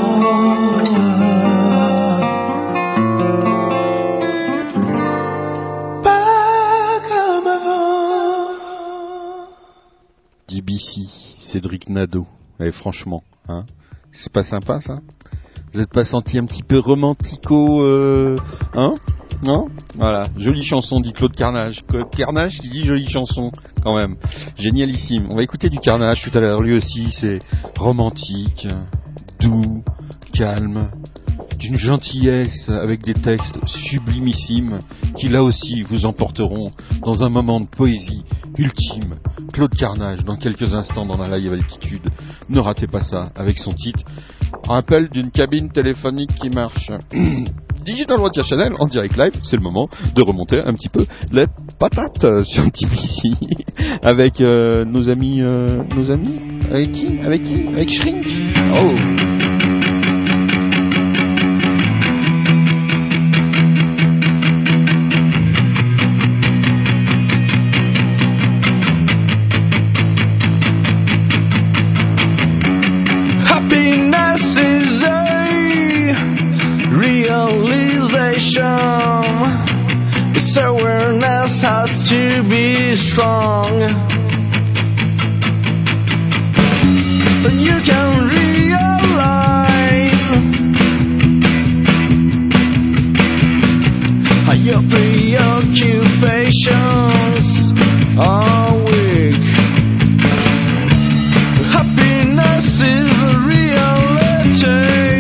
Pas comme avant. D B C, Cédric Nadeau. Et franchement, hein, c'est pas sympa ça? Vous êtes pas senti un petit peu romantico, euh, hein? Non? Voilà, jolie chanson, dit Claude Carnage. Claude Carnage qui dit jolie chanson, quand même. Génialissime. On va écouter du Carnage tout à l'heure. Lui aussi, c'est romantique, doux, calme, d'une gentillesse, avec des textes sublimissimes qui là aussi vous emporteront dans un moment de poésie ultime. Claude Carnage, dans quelques instants dans la live altitude. Ne ratez pas ça avec son titre. Rappel d'une cabine téléphonique qui marche. Digital Radio Channel en direct live, c'est le moment de remonter un petit peu les patates sur T B C avec euh, nos amis, euh, nos amis, avec qui, avec qui, avec Shrink. Oh. This awareness has to be strong. But you can realize how your preoccupations are weak. Happiness is a reality.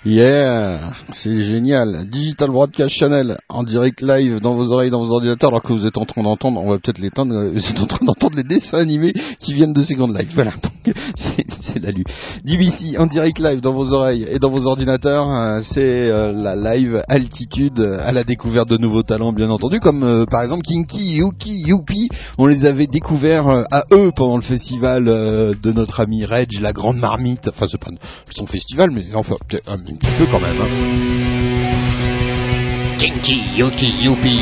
Yeah, c'est génial. Digital Broadcast Channel en direct live dans vos oreilles, dans vos ordinateurs, alors que vous êtes en train d'entendre, on va peut-être l'éteindre, vous êtes en train d'entendre les dessins animés qui viennent de Second Life. Voilà, donc c'est, c'est la lu. D B C en direct live dans vos oreilles et dans vos ordinateurs, euh, c'est euh, la live altitude à la découverte de nouveaux talents, bien entendu, comme euh, par exemple Kinky, Yuki, Youpi. On les avait découverts euh, à eux pendant le festival euh, de notre ami Reg, la grande marmite. Enfin, c'est pas son festival, mais enfin un petit peu quand même. Hein. Kinky, Yuki, Youpi.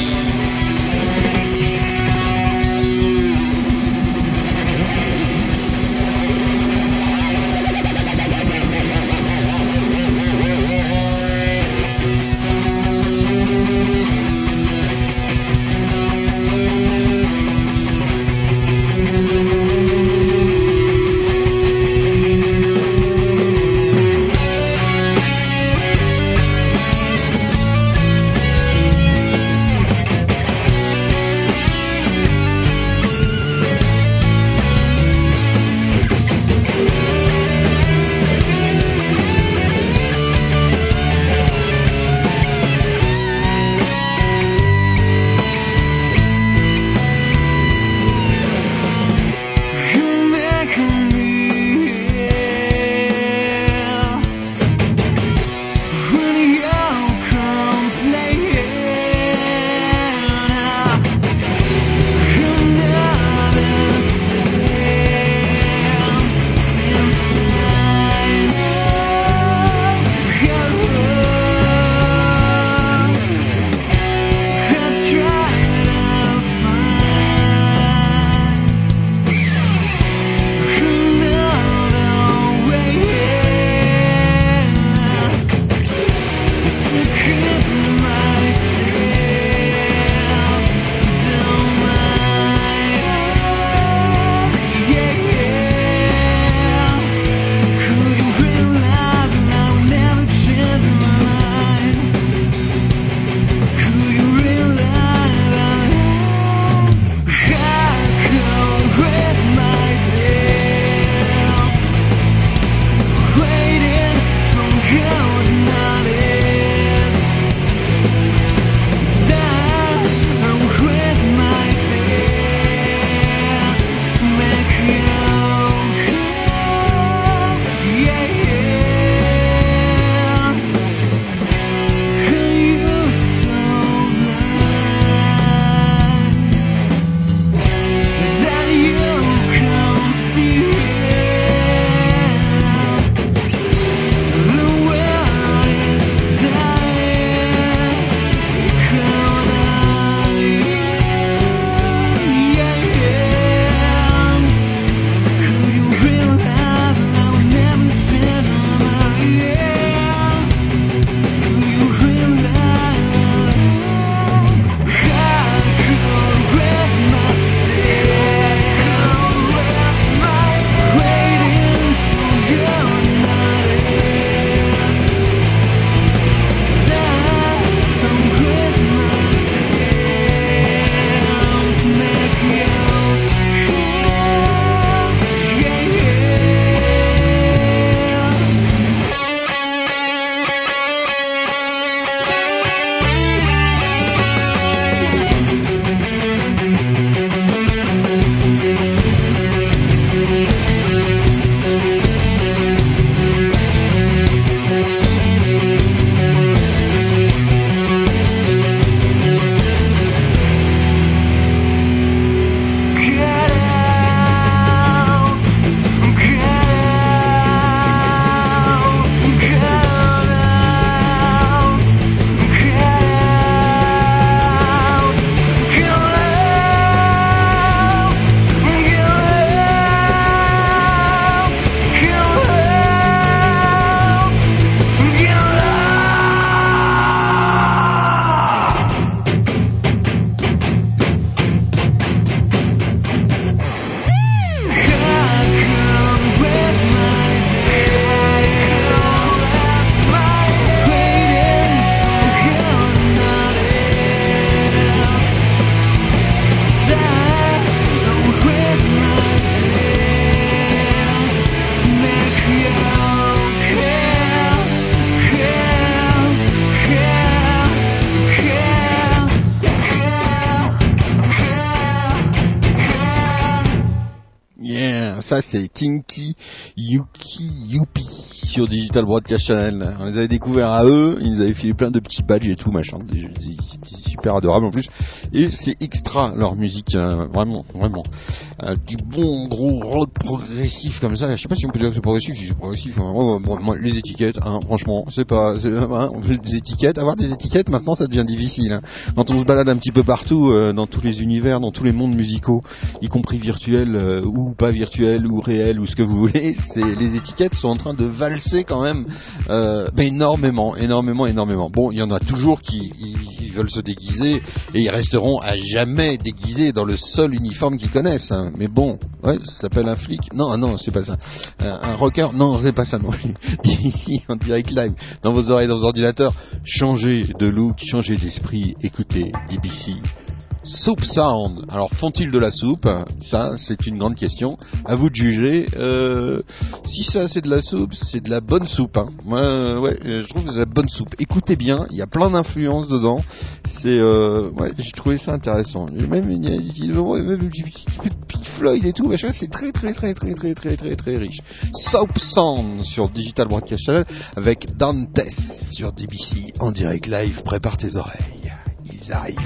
ça c'est Kinky Yuki Yupi sur Digital Broadcast Channel. On les avait découverts à eux, ils nous avaient filé plein de petits badges et tout machin, c'était super adorable en plus. Et c'est extra leur musique, euh, vraiment, vraiment. Euh, du bon gros rock progressif comme ça. Je sais pas si on peut dire que c'est progressif, si c'est progressif. Hein. Oh, bon, moi, les étiquettes, hein, franchement, c'est pas, c'est, hein, on fait des étiquettes. Avoir des étiquettes maintenant, ça devient difficile. Hein. Quand on se balade un petit peu partout, euh, dans tous les univers, dans tous les mondes musicaux, y compris virtuels euh, ou pas virtuels ou réels ou ce que vous voulez, c'est les étiquettes sont en train de valser quand même, euh, ben énormément, énormément, énormément. Bon, il y en a toujours qui ils veulent se déguiser et ils resteront à jamais déguisés dans le seul uniforme qu'ils connaissent. Hein. Mais bon, ouais, ça s'appelle un flic. Non, non, c'est pas ça. Un, un rocker. Non, c'est pas ça non plus. Ici, en direct live, dans vos oreilles, dans vos ordinateurs, changez de look, changez d'esprit, écoutez D B C. Soup Sound. Alors font-ils de la soupe? Ça, c'est une grande question. À vous de juger. Euh, si ça c'est de la soupe, c'est de la bonne soupe. Hein. Moi, euh, ouais, je trouve que c'est de la bonne soupe. Écoutez bien, il y a plein d'influences dedans. C'est, euh, ouais, j'ai trouvé ça intéressant. Même il y a, il y a même Pink Floyd et tout. Machin, c'est très, très, très, très, très, très, très, très riche. Soup Sound sur Digital Broadcast Channel avec Dantes sur D B C en direct live. Prépare tes oreilles. Ils arrivent.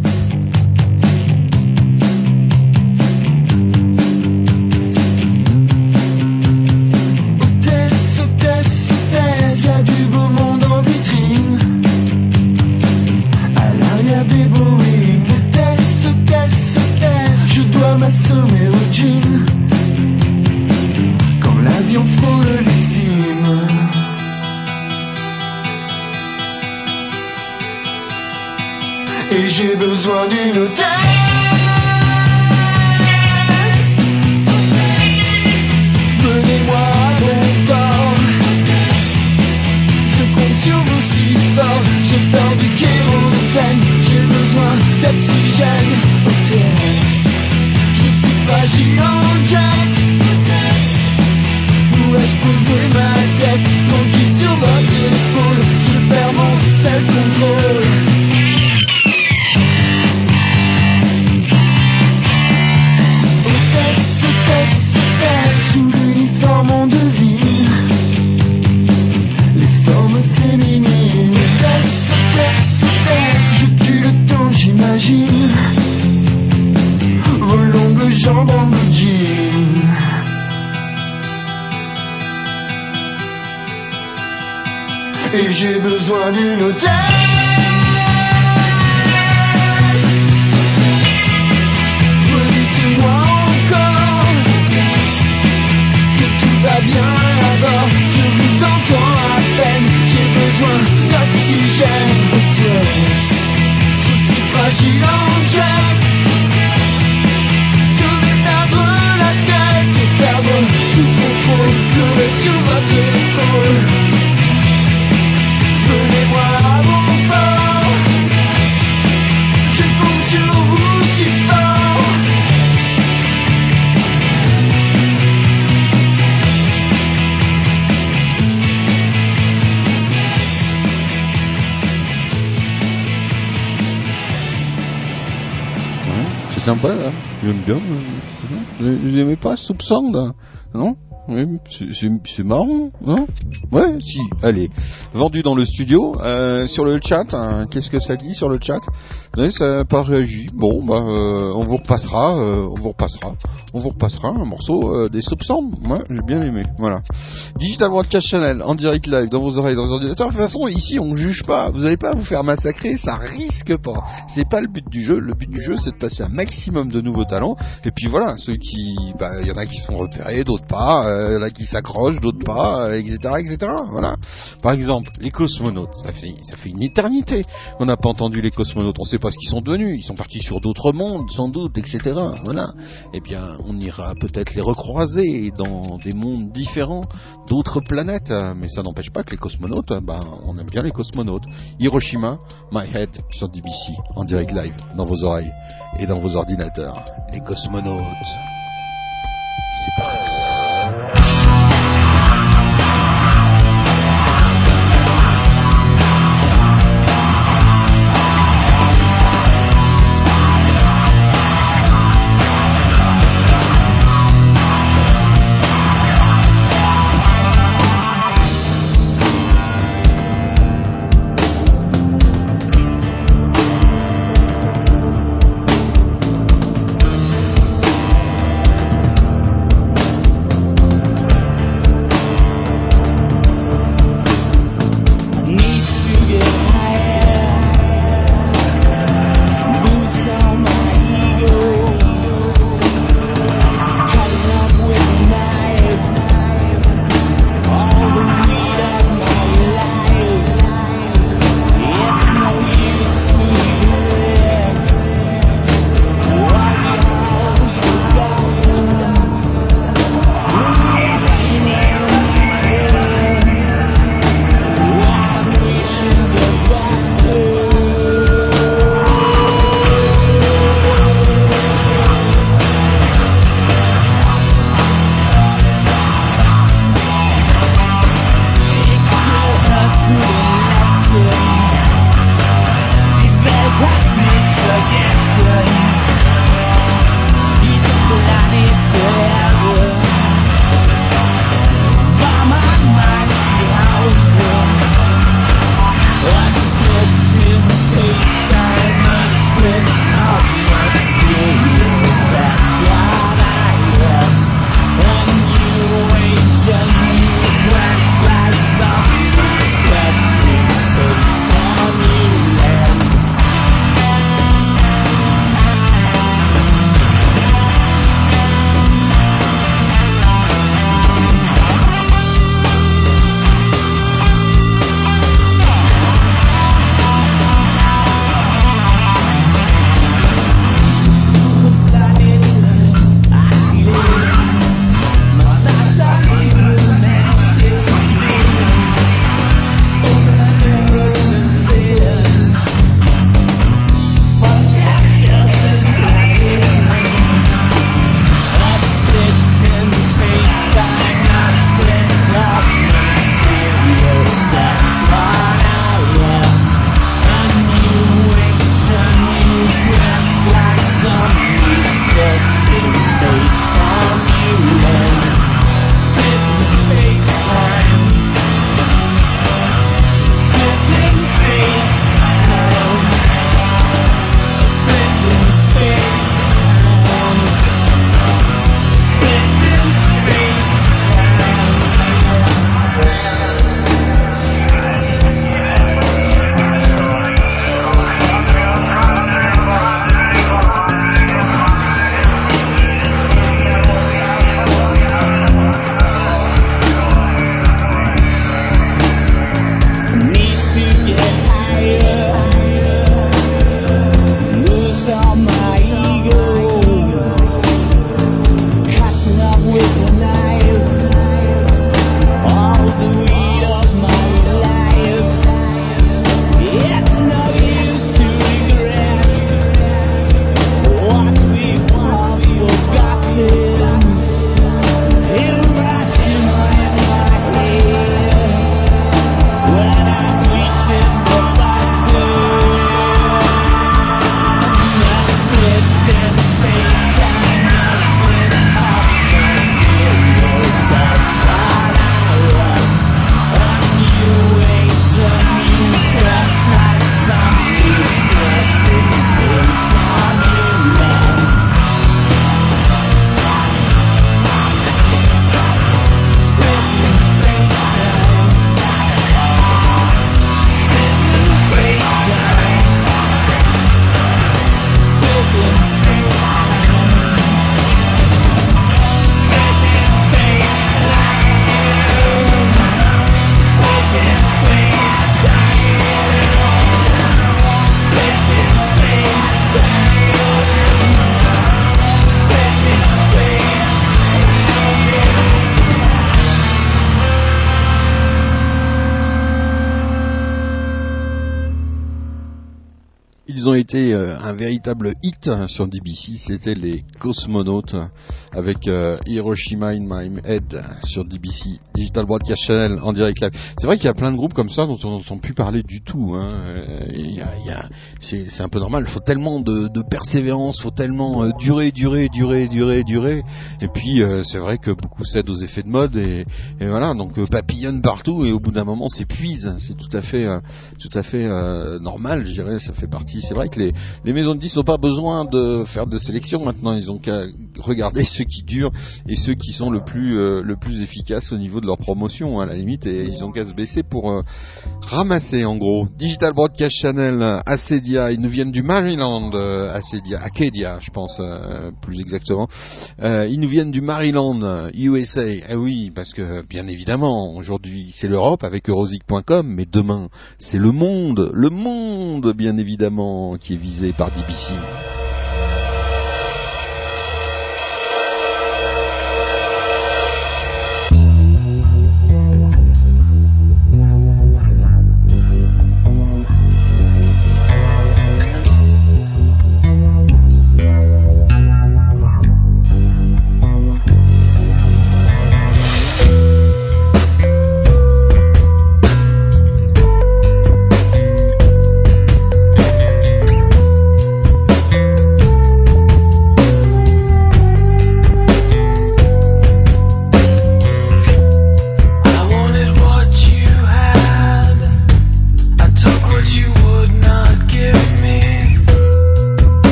Et j'ai besoin d'une hôtesse. Menez-moi à bon port. Je compte sur vous si fort. J'ai peur du kérosène. J'ai besoin d'oxygène. Hôtesse, je suis fragile en jet. Où ai-je posé ma tête? Tranquille sur votre épaule. Je perds mon self-control. Vos longues jambes en blue jean. Et j'ai besoin d'une hôtesse. Redites-moi encore que tout va bien à bord. Je vous entends à peine. J'ai besoin d'oxygène. Hôtesse, je suis fragile en jet. Je vais perdre la tête et perdre tout contrôle. Pleurer sur votre épaule. Venez-moi à bon port. Je compte sur vous si fort. C'est sympa là, j'aime bien. Vous n'aimez pas Soup Sound là? Non? Oui, c'est, c'est, c'est marrant, non? Ouais, si, allez. Vendu dans le studio, euh, sur le chat, hein, qu'est-ce que ça dit sur le chat? Oui, ça n'a pas réagi. Bon, bah, euh, on vous repassera, euh, on vous repassera, on vous repassera un morceau euh, des Soup Sound. Moi, j'ai bien aimé, voilà. Digital Broadcast Channel, en direct live, dans vos oreilles, dans vos ordinateurs. De toute façon, ici, on ne juge pas. Vous n'allez pas vous faire massacrer, ça risque pas. C'est pas le but du jeu. Le but du jeu, c'est de passer un maximum de nouveaux talents. Et puis voilà, ceux qui, bah, il y en a qui sont repérés, d'autres pas. Euh, il y en a qui s'accrochent, d'autres pas, euh, et cetera, et cetera. Voilà. Par exemple, les cosmonautes, ça fait, ça fait une éternité qu'on n'a pas entendu les cosmonautes. On ne sait pas ce qu'ils sont devenus. Ils sont partis sur d'autres mondes, sans doute, et cetera. Voilà. Eh bien, on ira peut-être les recroiser dans des mondes différents, d'autres planètes. Mais ça n'empêche pas que les cosmonautes, ben, on aime bien les cosmonautes. Hiroshima, My Head sur D B C, en direct live, dans vos oreilles et dans vos ordinateurs. Les cosmonautes. C'est parti. ils ont été euh, un véritable hit sur D B C, c'était les Cosmonautes avec euh, Hiroshima in My Head sur D B C, Digital Broadcast Channel en direct live. C'est vrai qu'il y a plein de groupes comme ça dont on n'entend plus parler du tout. Hein. Il y a, il y a, c'est, c'est un peu normal, il faut tellement de, de persévérance, il faut tellement euh, durer, durer, durer, durer, durer. Et puis euh, c'est vrai que beaucoup cèdent aux effets de mode et, et voilà, donc euh, papillonnent partout et au bout d'un moment s'épuisent. C'est tout à fait, euh, tout à fait euh, normal, je dirais. Ça fait partie. C'est vrai que les, les maisons de disques n'ont pas besoin de faire de sélection maintenant. Ils ont qu'à regarder ceux qui durent et ceux qui sont le plus, euh, le plus efficaces au niveau de leur promotion, hein, à la limite. Et ils ont qu'à se baisser pour euh, ramasser, en gros. Digital Broadcast Channel, Acedia. Ils nous viennent du Maryland, euh, Acedia, Acadia, je pense, euh, plus exactement. Euh, ils nous viennent du Maryland, U S A. Eh oui, parce que bien évidemment, aujourd'hui c'est l'Europe avec Eurosic point com, mais demain c'est le monde, le monde bien évidemment qui est visé par D B C. Thank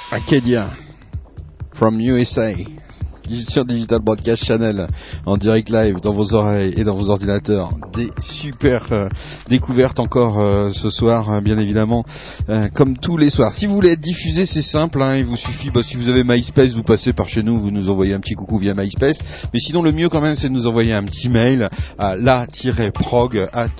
Acadia, from U S A, sur Digital Broadcast Channel, en direct live dans vos oreilles et dans vos ordinateurs. Des super euh, découvertes encore euh, ce soir, hein, bien évidemment, euh, comme tous les soirs. Si vous voulez être diffusé, c'est simple, hein, il vous suffit, bah, si vous avez MySpace, vous passez par chez nous, vous nous envoyez un petit coucou via MySpace. Mais sinon, le mieux quand même, c'est de nous envoyer un petit mail à la-prog at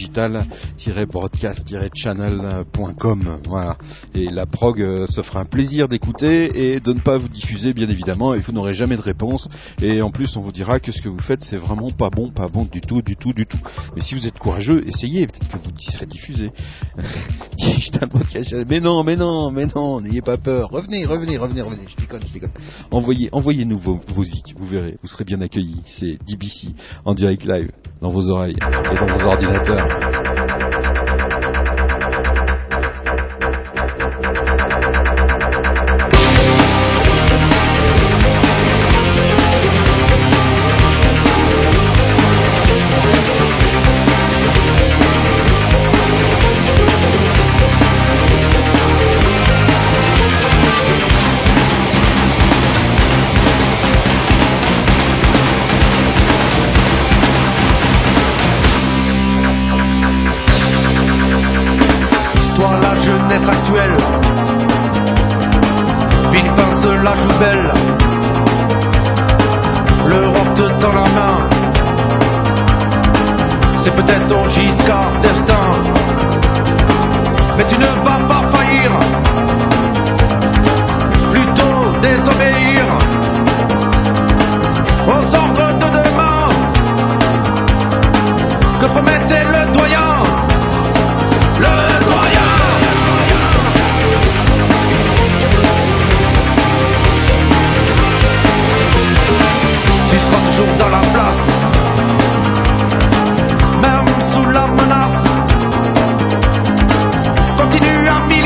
digital-broadcast-channel point com. Voilà. Et la prog euh, se fera un plaisir d'écouter et de ne pas vous diffuser, bien évidemment, et vous n'aurez jamais de réponse, et en plus on vous dira que ce que vous faites c'est vraiment pas bon, pas bon du tout, du tout, du tout. Mais si vous êtes courageux, essayez, peut-être que vous serez diffusé. mais non, mais non, mais non, n'ayez pas peur. Revenez, revenez, revenez, revenez. Je déconne, je déconne. Envoyez, envoyez-nous vos, vos zik, vous verrez, vous serez bien accueillis. C'est D B C en direct live dans vos oreilles et dans vos ordinateurs. Actuelle, Philippe pince la joue belle, l'Europe te tend la main, c'est peut-être ton Giscard destin, mais tu ne vas pas faillir, plutôt désobéir aux ordres de demain que promettait le doyen, le doyen. Dans la place, même sous la menace, continue à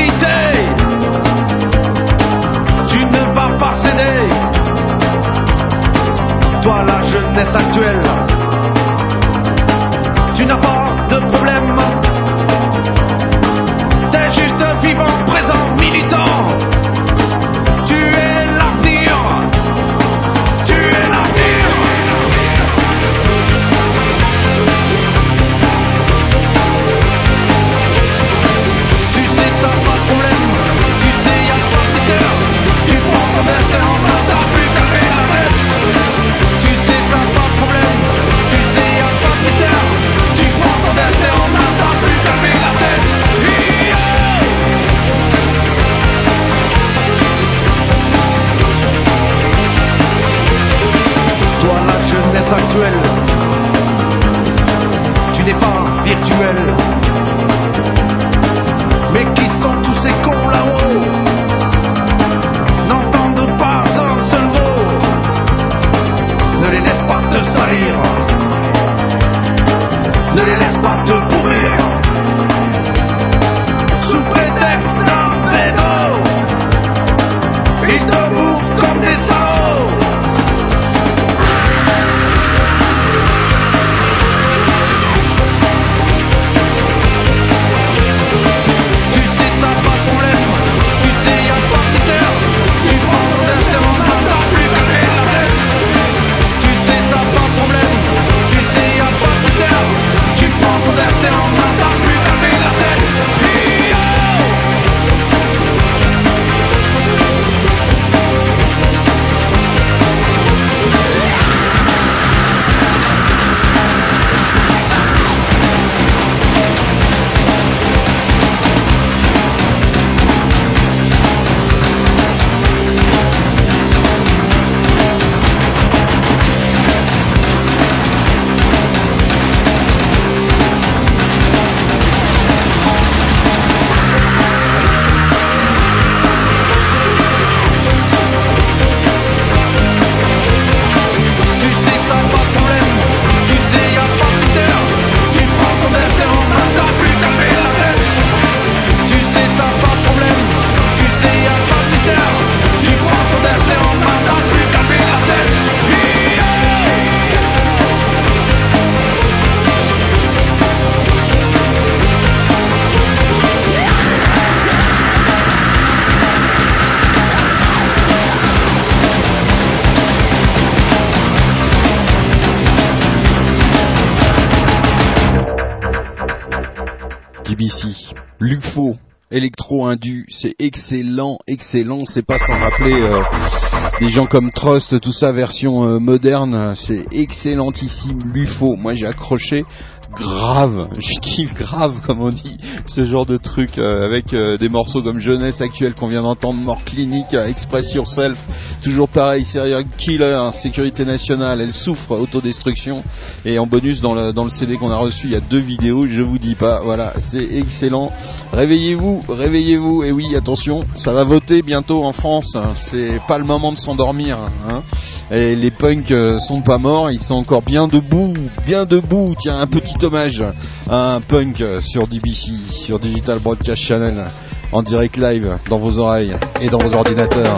B C, l'U F O, électro-indu, c'est excellent, excellent, c'est pas sans rappeler euh, des gens comme Trust, tout ça, version euh, moderne, c'est excellentissime, l'U F O, moi j'ai accroché grave, je kiffe grave comme on dit, ce genre de truc euh, avec euh, des morceaux comme Jeunesse Actuelle qu'on vient d'entendre, Mort Clinique, Express Yourself, toujours pareil, Serial Killer, Sécurité Nationale, Elle Souffre, Autodestruction, et en bonus dans le, dans le C D qu'on a reçu, il y a deux vidéos, je vous dis pas, voilà, c'est excellent, réveillez-vous, réveillez-vous, et oui, attention, ça va voter bientôt en France, c'est pas le moment de s'endormir, hein. Et les punks euh, sont pas morts, ils sont encore bien debout, bien debout, tiens, un petit hommage à un punk sur D B C, sur Digital Broadcast Channel, en direct live dans vos oreilles et dans vos ordinateurs.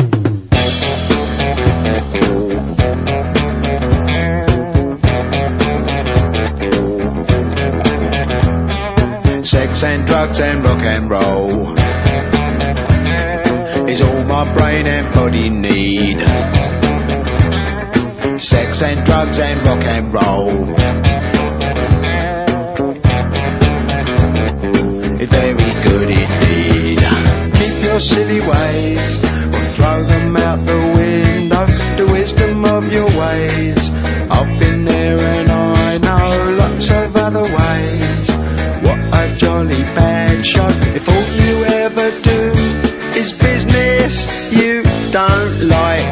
Sex and drugs and rock and roll is all my brain and body need. Sex and drugs and rock and roll, very good indeed. Keep your silly ways or throw them out the window. The wisdom of your ways, I've been there and I know lots of other ways. What a jolly bad show if all you ever do is business you don't like.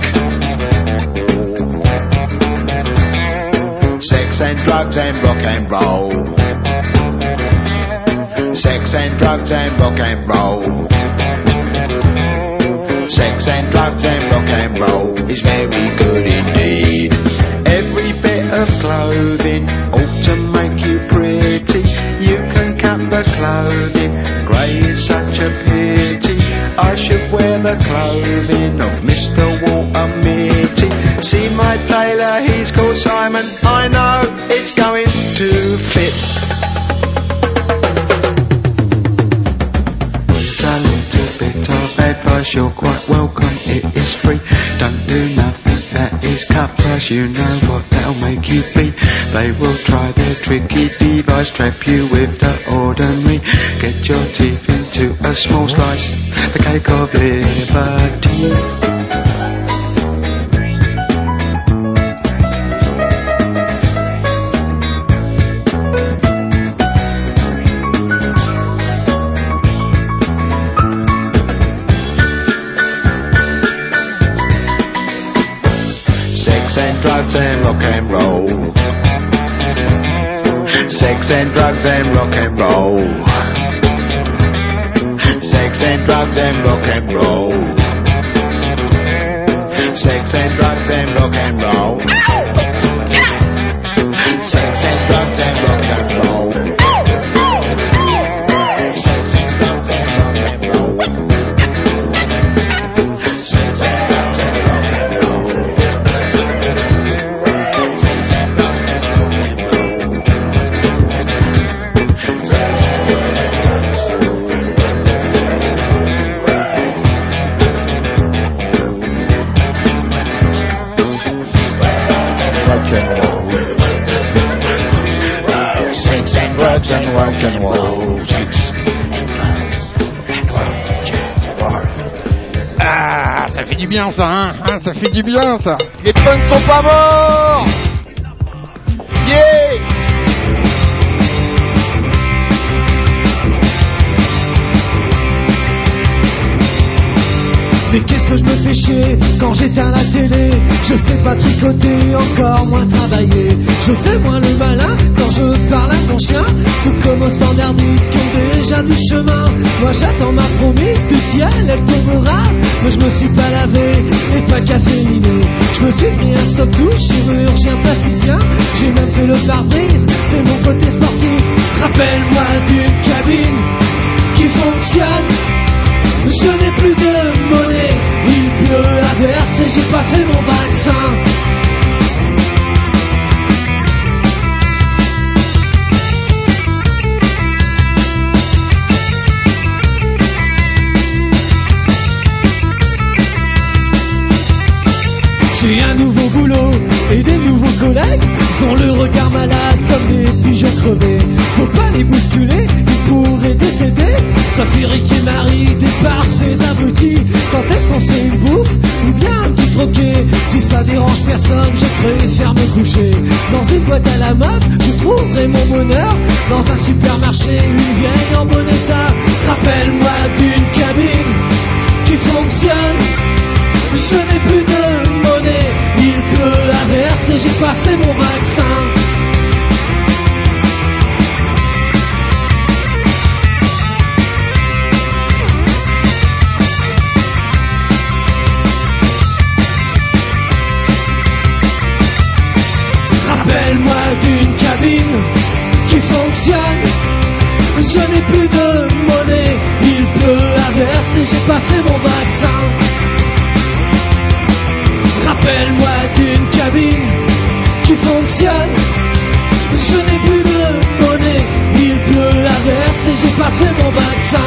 Sex and drugs and rock and roll. Sex and drugs and rock and roll. Sex and drugs and rock and roll is very good indeed. Every bit of clothing ought to make you pretty. You can cut the clothing, grey is such a pity. I should wear the clothing of Mister Walter Mitty. See my tailor, he's called Simon. I know it's going to fit. You're quite welcome, it is free. Don't do nothing that is cut price. You know what that'll make you be. They will try their tricky device, trap you with the ordinary. Get your teeth into a small slice, the cake of liberty. Sex and drugs and rock and roll. Sex and drugs and rock and roll. Sex and drugs and rock and roll. Sex and drugs and rock and roll. Sex and drugs and rock and roll. Sex and drugs and rock and roll. Sex and drugs and rock and roll. And rock and roll. Ah, ça fait du bien ça, hein, hein, ça fait du bien ça. Les punks sont pas morts. Yeah. Mais qu'est-ce que je me fais chier quand j'éteins la télé? Je sais pas tricoter, encore moins travailler. Je fais moins le malin quand je parle à mon chien. Tout comme aux standardistes qui ont déjà du chemin. Moi j'attends ma promise du ciel, elle tombera. Mais je me suis pas lavé et pas caféiné. Je me suis pris un stop douche, chirurgien plasticien. J'ai même fait le pare-brise, c'est mon côté sportif. Rappelle-moi d'une cabine qui fonctionne. Je n'ai plus de monnaie, il pleut à verser, j'ai pas fait mon vaccin. J'ai un nouveau boulot et des nouveaux collègues. Ils ont le regard malade comme des pigeons crevés. Faut pas les bousculer, ils pourraient croquer. Si ça dérange personne, je préfère me coucher. Dans une boîte à la mode, je trouverai mon bonheur. Dans un supermarché, une vieille en bon état. Rappelle-moi d'une cabine qui fonctionne. Je n'ai plus de monnaie, il pleut à verse et j'ai pas fait mon vaccin. Rappelle-moi d'une cabine qui fonctionne. Je n'ai plus de monnaie, il pleut à verse et j'ai pas fait mon vaccin. Rappelle-moi d'une cabine qui fonctionne. Je n'ai plus de monnaie, il pleut à verse et j'ai pas fait mon vaccin.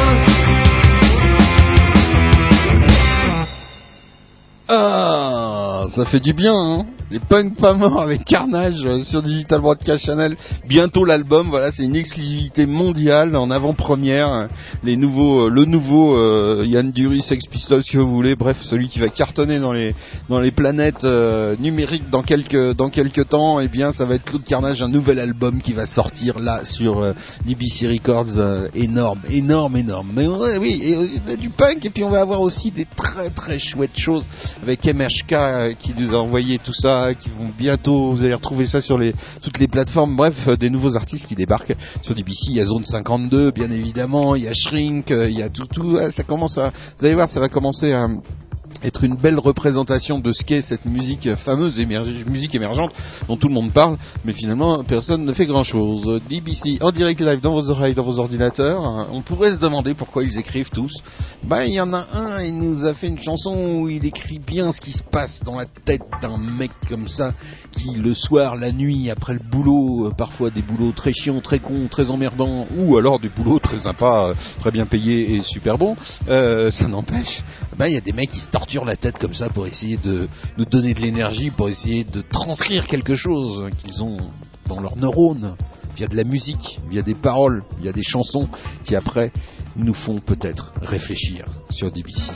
Ah, ça fait du bien, hein. Les punks pas morts avec Carnage euh, sur Digital Broadcast Channel. Bientôt l'album, voilà, c'est une exclusivité mondiale en avant-première. Euh, les nouveaux, euh, le nouveau euh, Yann Dury, Sex Pistols, si vous voulez. Bref, celui qui va cartonner dans les dans les planètes euh, numériques dans quelques dans quelques temps. Eh bien, ça va être Claude Carnage, un nouvel album qui va sortir là sur euh, D B C Records. Euh, énorme, énorme, énorme. Mais ouais, oui, et, et, du punk et puis on va avoir aussi des très très chouettes choses avec M H K euh, qui nous a envoyé tout ça. Qui vont bientôt, vous allez retrouver ça sur les, toutes les plateformes. Bref, euh, des nouveaux artistes qui débarquent sur D B C. Il y a Zone cinquante-deux, bien évidemment. Il y a Shrink, euh, il y a tout, tout. Ouais, ça commence à, vous allez voir, ça va commencer à être une belle représentation de ce qu'est cette musique fameuse, émerg- musique émergente dont tout le monde parle, mais finalement personne ne fait grand chose. D B C en direct live dans vos oreilles, dans vos ordinateurs. On pourrait se demander pourquoi ils écrivent tous. Ben il y en a un, il nous a fait une chanson où il écrit bien ce qui se passe dans la tête d'un mec comme ça, qui le soir, la nuit, après le boulot, euh, parfois des boulots très chiants, très cons, très emmerdants, ou alors des boulots très sympas, euh, très bien payés et super bons, euh, ça n'empêche, ben il y a des mecs qui se torturent la tête comme ça pour essayer de nous donner de l'énergie, pour essayer de transcrire quelque chose qu'ils ont dans leurs neurones, via de la musique, via des paroles, via des chansons qui après nous font peut-être réfléchir sur D B C.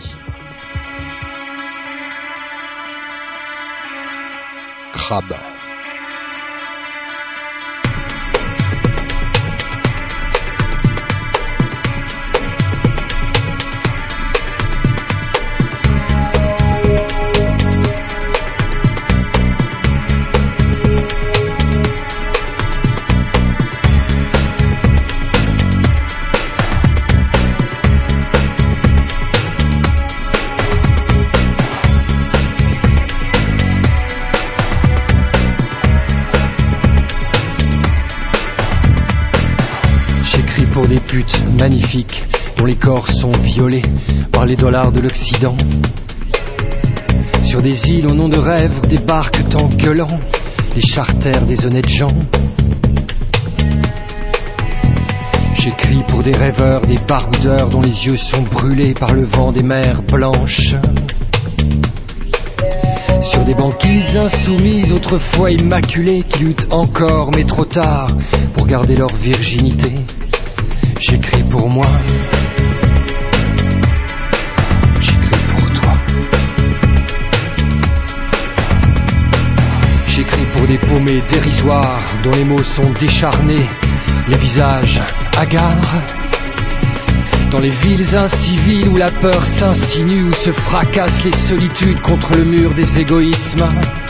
Crabe. Magnifiques, dont les corps sont violés par les dollars de l'Occident. Sur des îles au nom de rêve où débarquent en gueulant les charters des honnêtes gens. J'écris pour des rêveurs, des baroudeurs dont les yeux sont brûlés par le vent des mers blanches. Sur des banquises insoumises, autrefois immaculées, qui luttent encore mais trop tard pour garder leur virginité. J'écris pour moi, j'écris pour toi. J'écris pour des paumés dérisoires dont les mots sont décharnés, les visages hagards. Dans les villes inciviles où la peur s'insinue, où se fracassent les solitudes contre le mur des égoïsmes.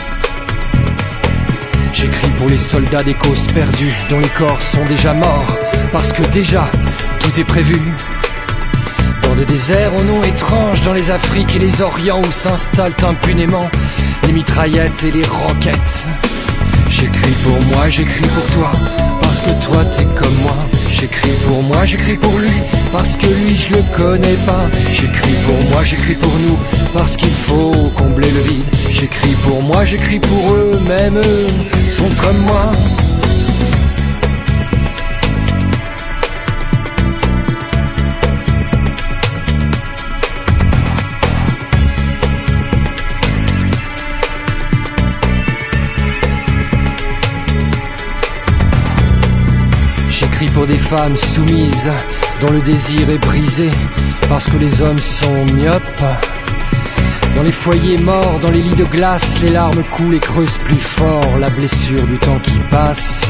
J'écris pour les soldats des causes perdues, dont les corps sont déjà morts, parce que déjà, tout est prévu. Dans des déserts aux noms étranges, dans les Afriques et les Orients, où s'installent impunément les mitraillettes et les roquettes. J'écris pour moi, j'écris pour toi, parce que toi t'es comme moi. J'écris pour moi, j'écris pour lui, parce que lui je le connais pas. J'écris pour moi, j'écris pour nous, parce qu'il faut combler le vide. J'écris pour moi, j'écris pour eux, même eux sont comme moi. Pour des femmes soumises dont le désir est brisé parce que les hommes sont myopes. Dans Dans les foyers morts, dans les lits de glace, les larmes coulent et creusent plus fort la blessure du temps qui passe.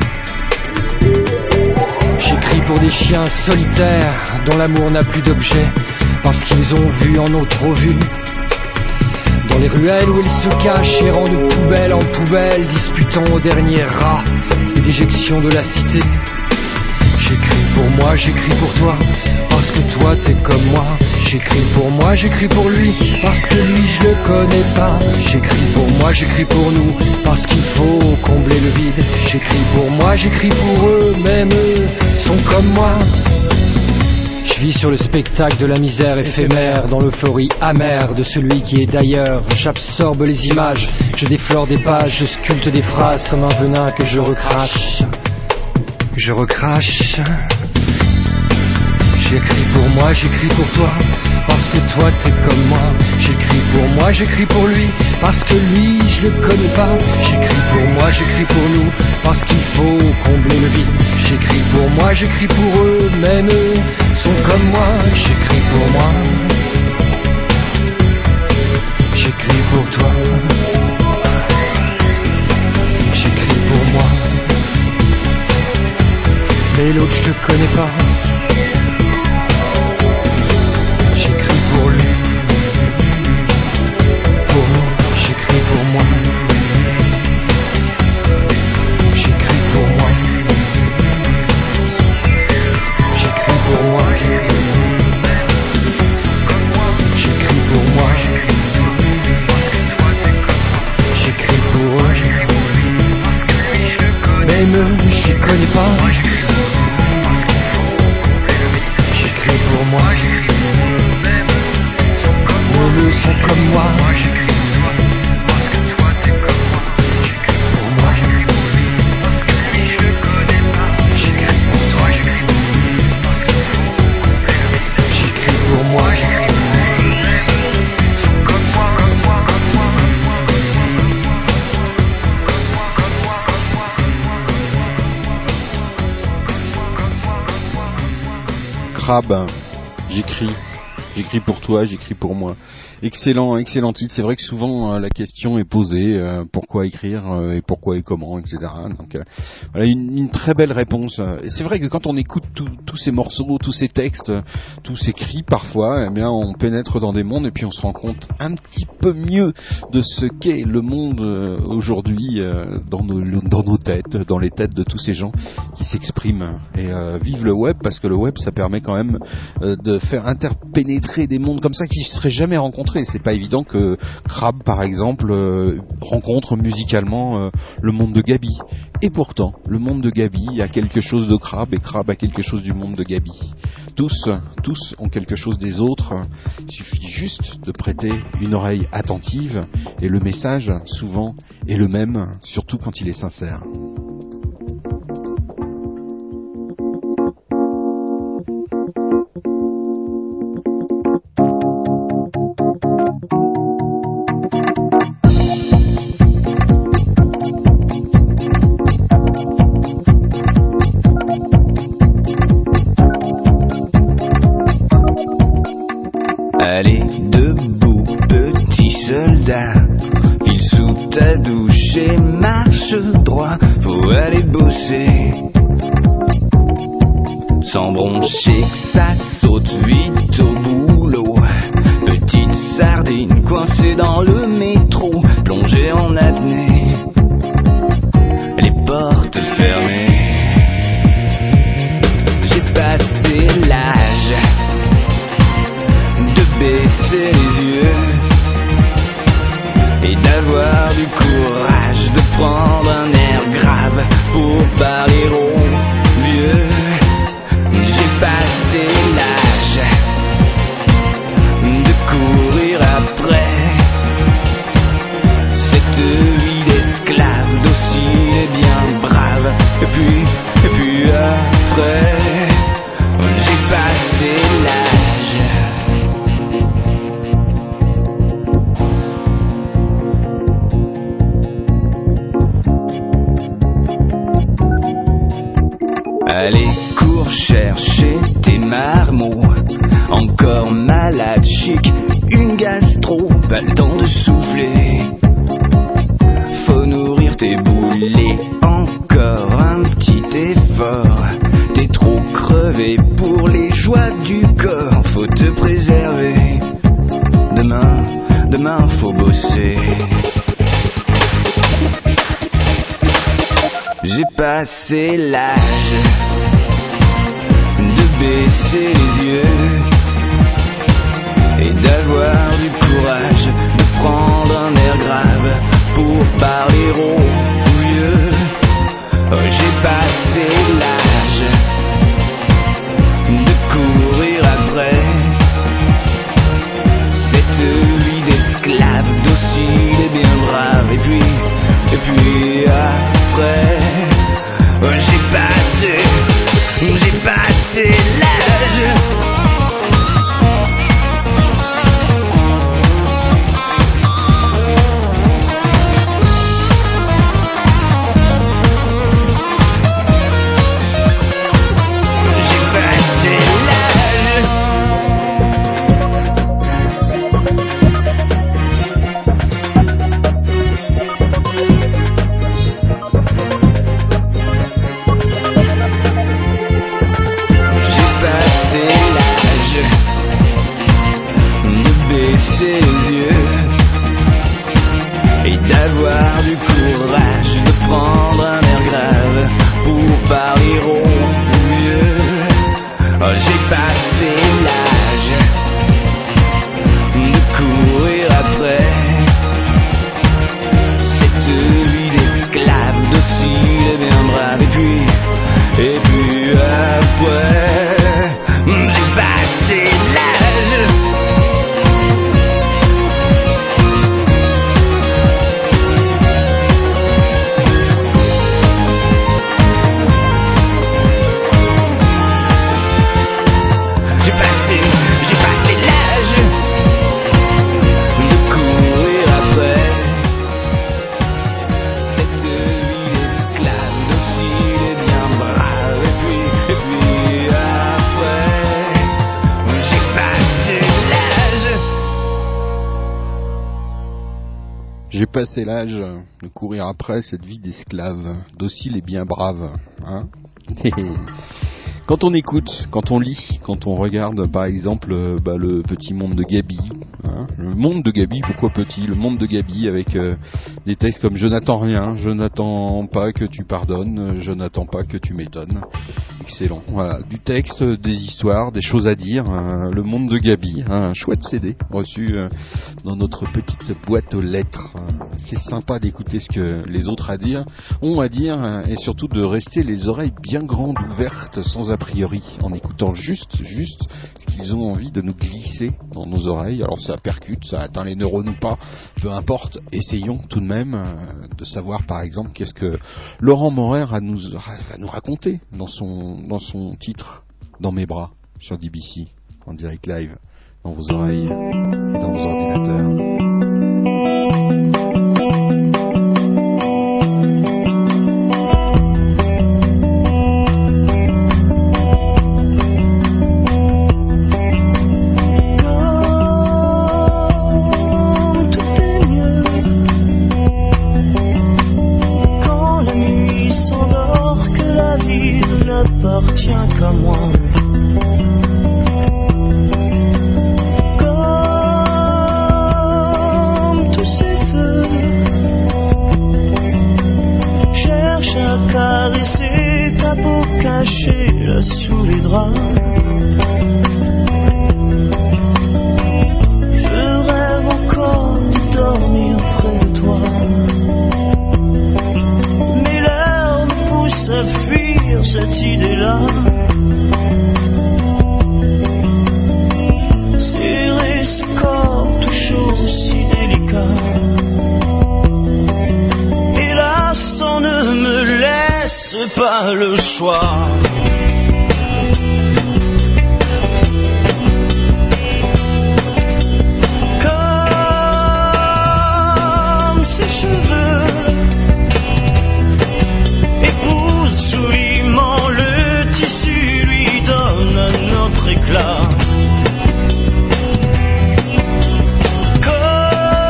J'écris pour des chiens solitaires dont l'amour n'a plus d'objet parce qu'ils ont vu en ont trop vu. Dans les ruelles où ils se cachent, errant de poubelle en poubelle, disputant au dernier rat et déjection de la cité. J'écris pour moi, j'écris pour toi, parce que toi t'es comme moi. J'écris pour moi, j'écris pour lui, parce que lui je le connais pas. J'écris pour moi, j'écris pour nous, parce qu'il faut combler le vide. J'écris pour moi, j'écris pour eux, même eux sont comme moi. Je vis sur le spectacle de la misère éphémère, dans l'euphorie amère de celui qui est d'ailleurs. J'absorbe les images, je déflore des pages, je sculpte des phrases comme un venin que je recrache. Que je recrache. J'écris pour moi, j'écris pour toi, parce que toi t'es comme moi. J'écris pour moi, j'écris pour lui, parce que lui je le connais pas. J'écris pour moi, j'écris pour nous, parce qu'il faut combler le vide. J'écris pour moi, j'écris pour eux, même eux sont comme moi. J'écris pour moi, j'écris pour toi, j'écris pour moi, mais l'autre je le connais pas. Crabe, j'écris, j'écris pour toi, j'écris pour moi. Excellent, excellent titre. C'est vrai que souvent euh, la question est posée, euh, pourquoi écrire euh, et pourquoi et comment, et cetera. Donc euh, voilà une, une très belle réponse. Et c'est vrai que quand on écoute tous ces morceaux, tous ces textes, tous ces cris parfois, eh bien on pénètre dans des mondes et puis on se rend compte un petit peu mieux de ce qu'est le monde euh, aujourd'hui euh, dans nos dans nos têtes, dans les têtes de tous ces gens qui s'expriment. Et euh, vive le web, parce que le web ça permet quand même euh, de faire interpénétrer des mondes comme ça qui ne seraient jamais rencontrés. C'est pas évident que Crabe, par exemple, euh, rencontre musicalement euh, le monde de Gabi. Et pourtant, le monde de Gabi a quelque chose de Crabe et Crabe a quelque chose du monde de Gabi. Tous, tous ont quelque chose des autres. Il suffit juste de prêter une oreille attentive et le message, souvent, est le même, surtout quand il est sincère. Allez, debout, petit soldat, file sous ta douche et marche droit, faut aller bosser. Sans broncher que ça saute vite au boulot, petite sardine coincée dans le métro, plongée en apnée, les portes fermées. J'ai passé l'âge de baisser les yeux et d'avoir du courage de prendre un air grave pour parler aux vieux. J'ai passé l'âge de courir après cette le temps de souffler. Faut nourrir tes boulets, encore un petit effort. T'es trop crevé pour les joies du corps, faut te préserver. Demain, demain faut bosser. J'ai passé l'âge de baisser les yeux et d'avoir du courage de prendre un air grave pour parler au vieux. Oh, j'ai passé l'âge de courir après cette vie d'esclave, docile et bien brave. Et puis, et puis après, oh, j'ai passé, j'ai passé l'âge. Passé l'âge de courir après cette vie d'esclave, docile et bien brave, hein. Quand on écoute, quand on lit, quand on regarde par exemple euh, bah, le petit monde de Gabi, hein, le monde de Gabi, pourquoi petit, le monde de Gabi avec euh, des textes comme je n'attends rien, je n'attends pas que tu pardonnes, je n'attends pas que tu m'étonnes. Excellent, voilà, du texte, des histoires, des choses à dire, hein, le monde de Gabi, hein, un chouette C D reçu euh, dans notre petite boîte aux lettres. C'est sympa d'écouter ce que les autres à dire, ont à dire, hein, et surtout de rester les oreilles bien grandes ouvertes sans a priori, en écoutant juste, juste ce qu'ils ont envie de nous glisser dans nos oreilles. Alors ça percute, ça atteint les neurones ou pas, peu importe, essayons tout de même euh, de savoir par exemple qu'est-ce que Laurent Morer a nous, va nous raconter dans son, dans son titre « Dans mes bras » sur D B C, en direct live, dans vos oreilles et dans vos ordinateurs. Tiens qu'à moi. Comme tous ces feux, cherche à caresser ta peau cachée là sous les draps. Je rêve encore de dormir près de toi, mais l'heure me pousse à fuir cette idée-là. Serrer ce corps tout chaud, si délicat. Hélas, on ne me laisse pas le choix. Comme ses cheveux épousent joliment le tissu, lui donne un autre éclat. Comme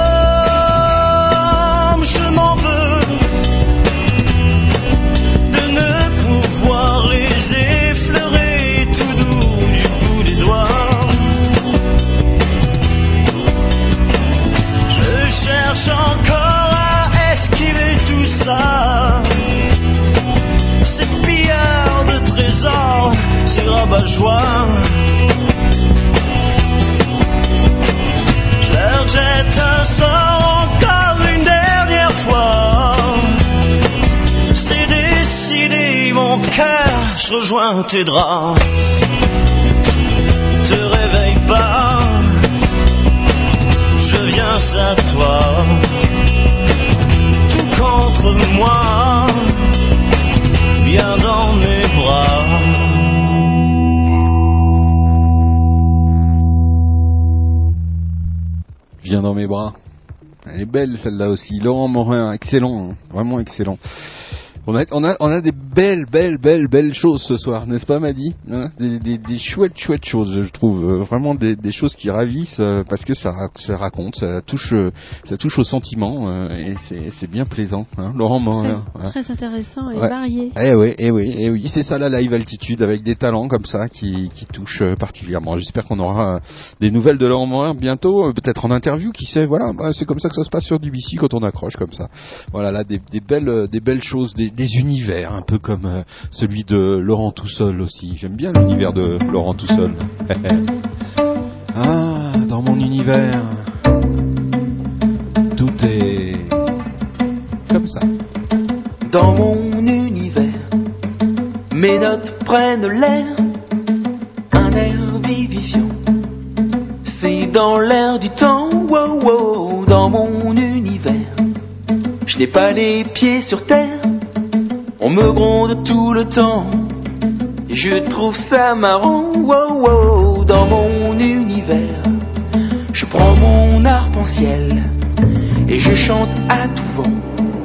rejoins tes draps. Te réveille pas, je viens à toi. Tout contre moi, viens dans mes bras. Viens dans mes bras. Elle est belle celle-là aussi. Laurent Morin, excellent, hein, vraiment excellent. On a, on a, on a des belles, belles, belles, belles choses ce soir, n'est-ce pas, Madi, hein, des, des, des chouettes, chouettes choses, je trouve, euh, vraiment des, des choses qui ravissent euh, parce que ça, ça raconte, ça touche, euh, ça touche au sentiment euh, et c'est, c'est bien plaisant, hein, Laurent Morin. Très, ouais. très intéressant et ouais. varié. Eh oui, eh oui, eh oui, c'est ça la live altitude avec des talents comme ça qui, qui touchent euh, particulièrement. J'espère qu'on aura euh, des nouvelles de Laurent Morin bientôt, euh, peut-être en interview, qui sait. Voilà, bah, c'est comme ça que ça se passe sur D B C quand on accroche comme ça. Voilà, là des, des belles, euh, des belles choses, des des univers, un peu comme euh, celui de Laurent Tousseul aussi. J'aime bien l'univers de Laurent Tousseul. Ah, dans mon univers, tout est comme ça. Dans mon univers, mes notes prennent l'air, un air vivifiant. C'est dans l'air du temps, wow, wow, dans mon univers. Je n'ai pas les pieds sur terre. On me gronde tout le temps, et je trouve ça marrant, wow, wow, dans mon univers. Je prends mon arc-en-ciel, et je chante à tout vent.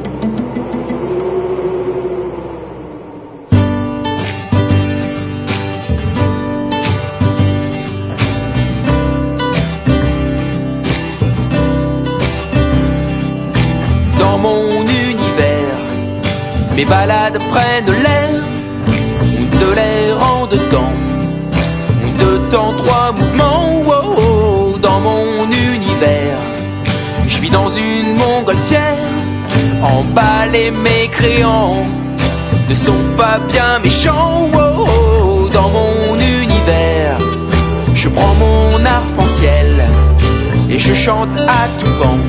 Dans mon univers, mes balades prennent de l'air, ou de l'air en deux temps, ou deux temps, trois mouvements, oh, oh, dans mon univers. Je vis dans une montgolfière, emballé mes créants ne sont pas bien méchants, oh, oh, dans mon univers. Je prends mon arc-en-ciel, et je chante à tout vent.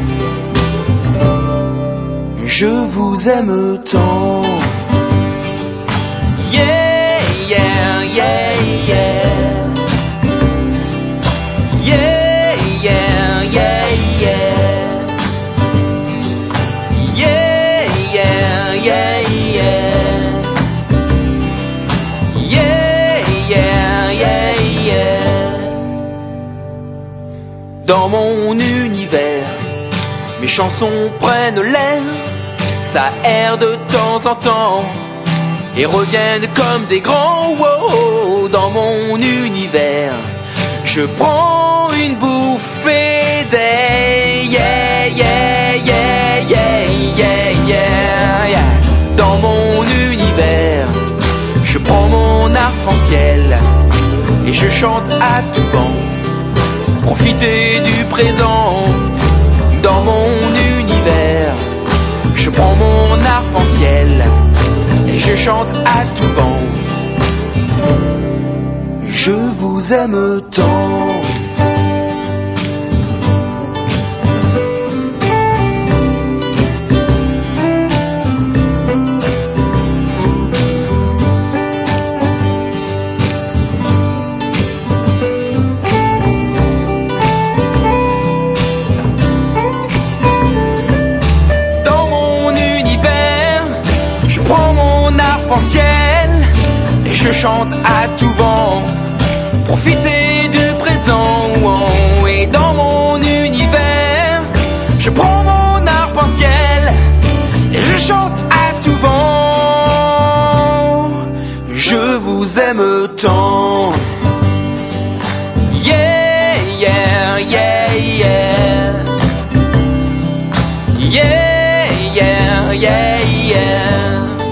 Je vous aime tant. Yeah, yeah, yeah, yeah. Yeah, yeah, yeah, yeah. Yeah, yeah, yeah, yeah. Yeah, yeah, yeah, yeah. Dans mon univers, mes chansons prennent l'air. Ça erre de temps en temps et reviennent comme des grands, wow, dans mon univers. Je prends une bouffée d'air, yeah, yeah, yeah, yeah, yeah, yeah, yeah. Dans mon univers, je prends mon arc-en-ciel et je chante à tout vent. Profitez du présent dans mon univers. Je prends mon arc-en-ciel et je chante à tout vent. Je vous aime tant. Je chante à tout vent, profitez du présent, oh, et dans mon univers, je prends mon arc-en-ciel et je chante à tout vent. Je vous aime tant. Yeah, yeah, yeah, yeah. Yeah, yeah, yeah, yeah.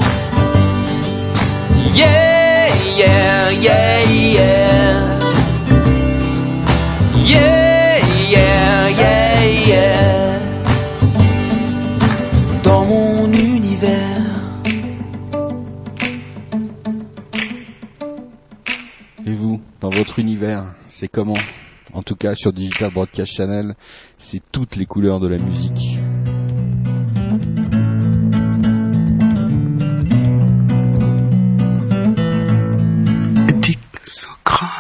Yeah. Yeah, yeah, yeah. Yeah, yeah, yeah, yeah. Dans mon univers. Et vous, dans votre univers, c'est comment? En tout cas, sur Digital Broadcast Channel, c'est toutes les couleurs de la musique.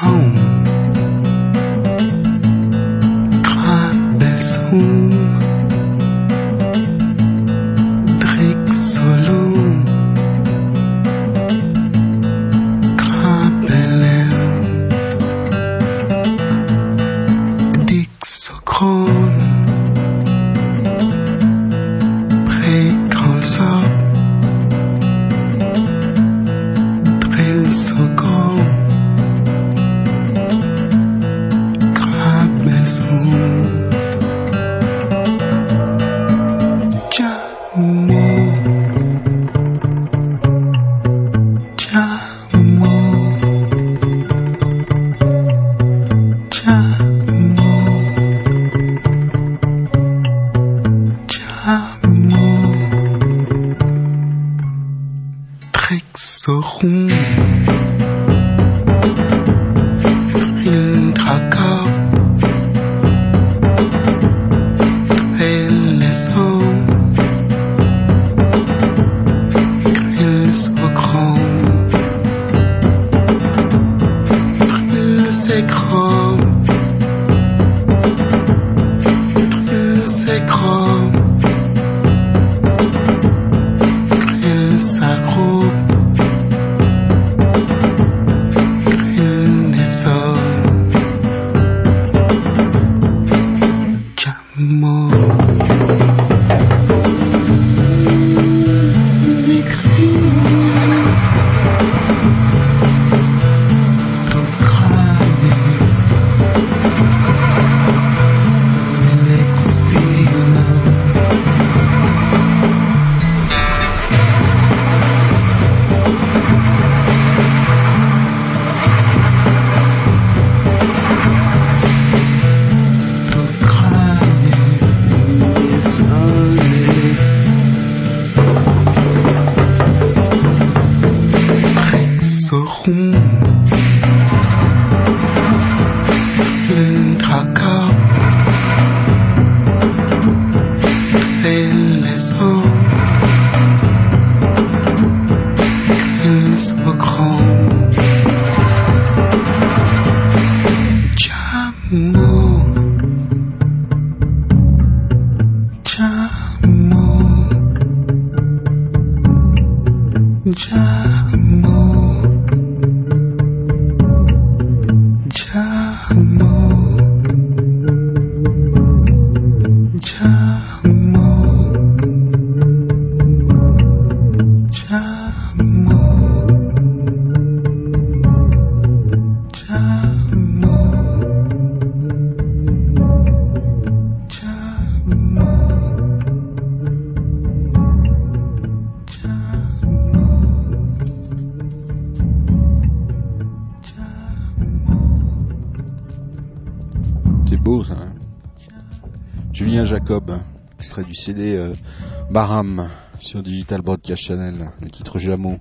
Jacob, extrait du C D euh, Bahram sur Digital Broadcast Channel, le titre Jameau.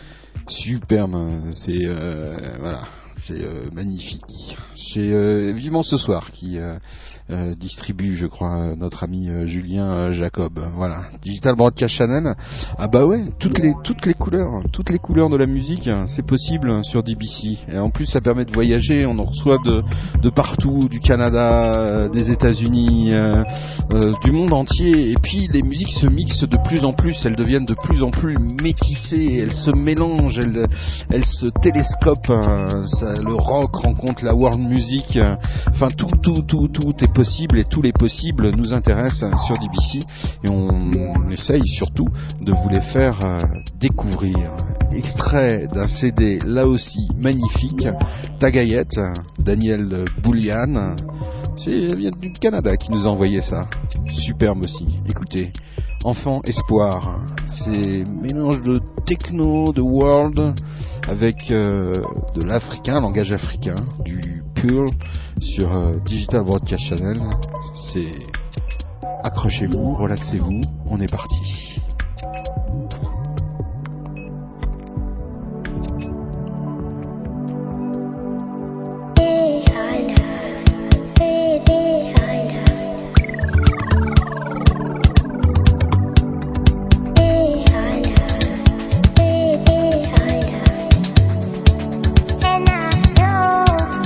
Superbe, c'est euh, voilà, c'est euh, magnifique. C'est euh, vivement ce soir qui euh, euh, distribue, je crois, notre ami euh, Julien euh, Jacob. Voilà, Digital Broadcast Channel. Ah bah ouais, toutes les toutes les couleurs, toutes les couleurs de la musique, c'est possible sur D B C. Et en plus, ça permet de voyager. On en reçoit de de partout, du Canada, euh, des États-Unis, euh, euh, du monde entier. Et puis les musiques se mixent de plus en plus. Elles deviennent de plus en plus métissées. Elles se mélangent. Elles elles se télescopent. Euh, ça, le rock rencontre la world music. Euh, enfin, tout tout tout tout est possible et tous les possibles nous intéressent sur D B C et on, on essaye surtout de vous les faire euh, découvrir. Extrait d'un C D là aussi magnifique, Tagayette, Daniel Boulian, c'est vient du Canada qui nous a envoyé ça, superbe aussi. Écoutez, Enfant Espoir, c'est mélange de techno, de world avec euh, de l'africain, langage africain, du pure sur euh, Digital Broadcast Channel. C'est accrochez-vous, relaxez-vous, on est parti. And I know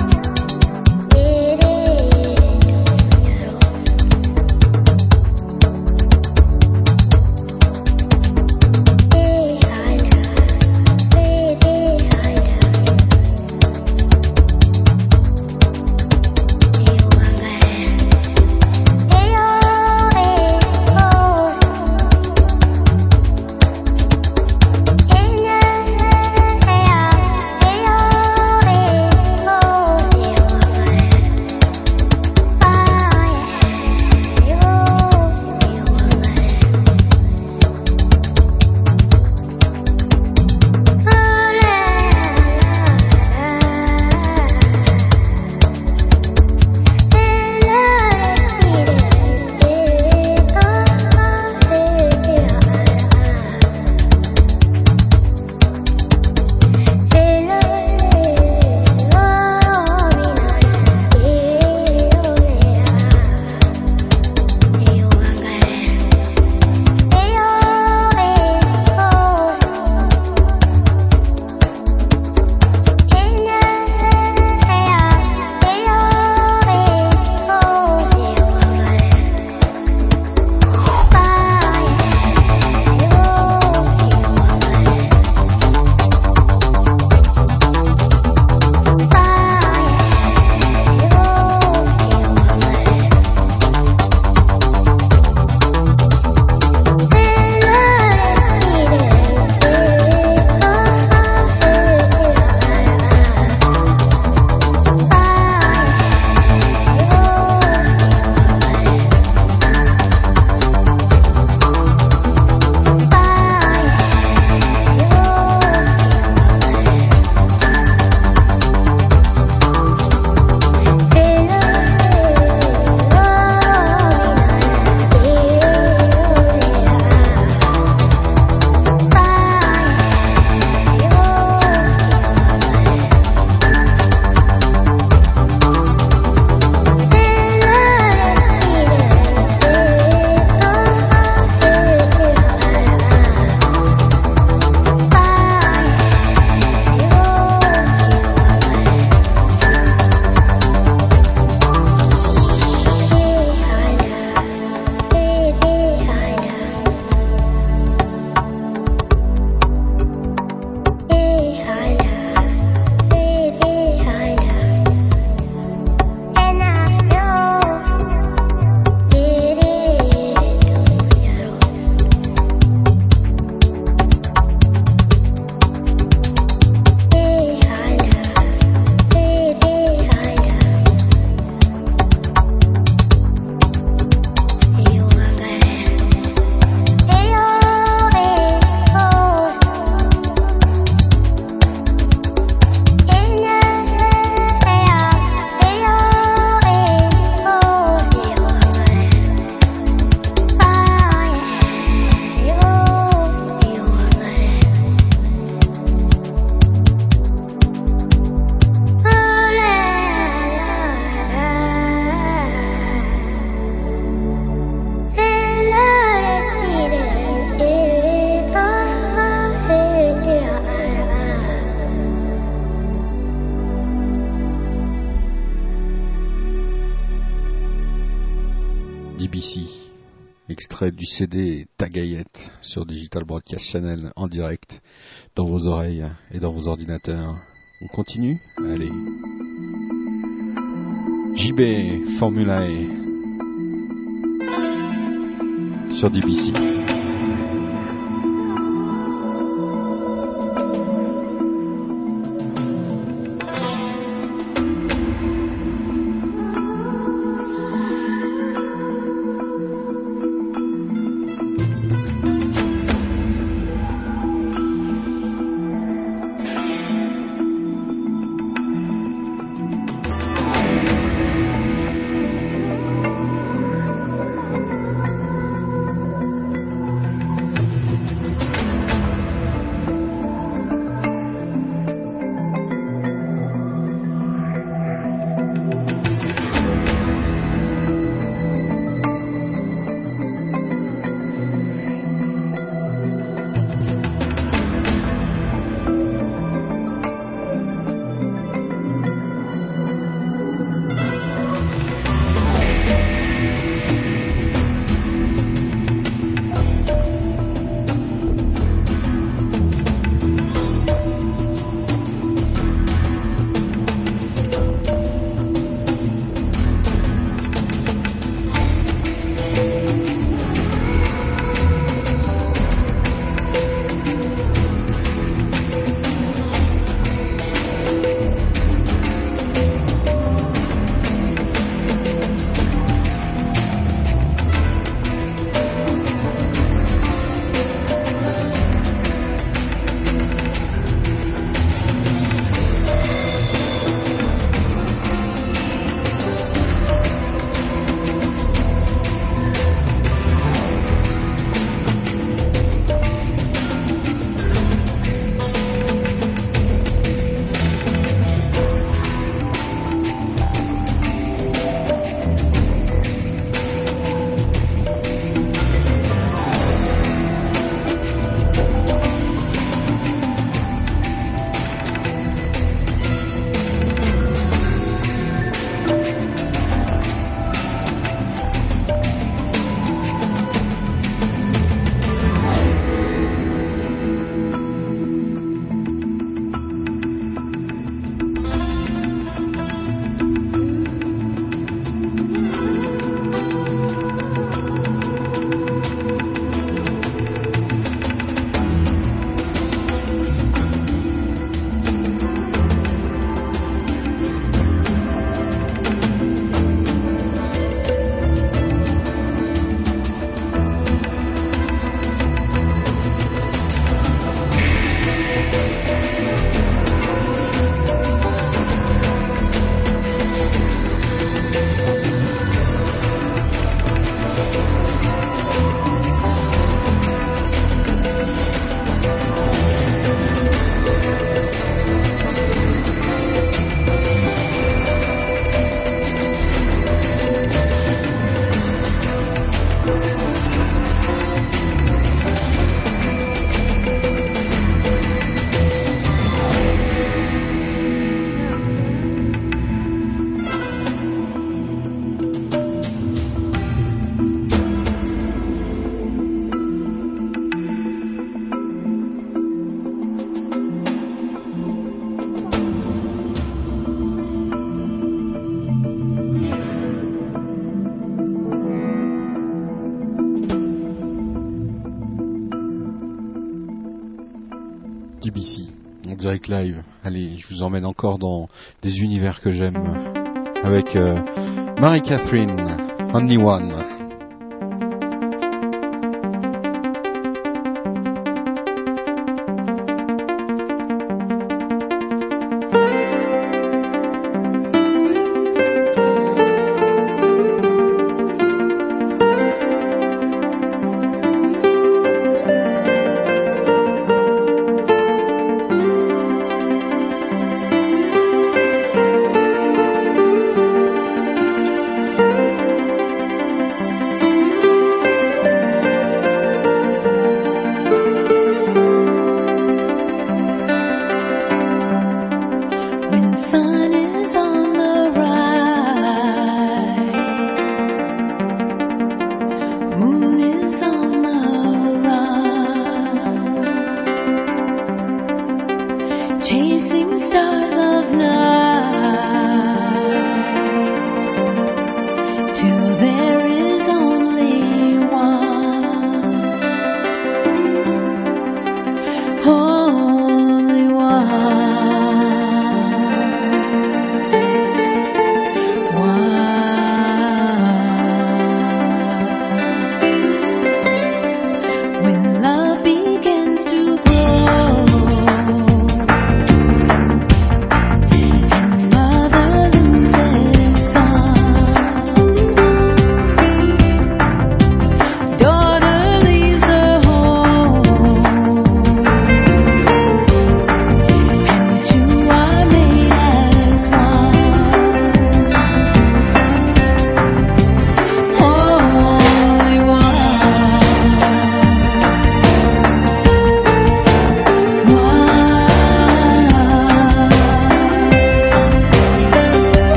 extrait du C D Tagayette sur Digital Broadcast Channel en direct dans vos oreilles et dans vos ordinateurs. On continue ? Allez. J B Formulae sur D B C. D B C, en direct live. Allez, je vous emmène encore dans des univers que j'aime avec euh, Marie-Catherine, Only One.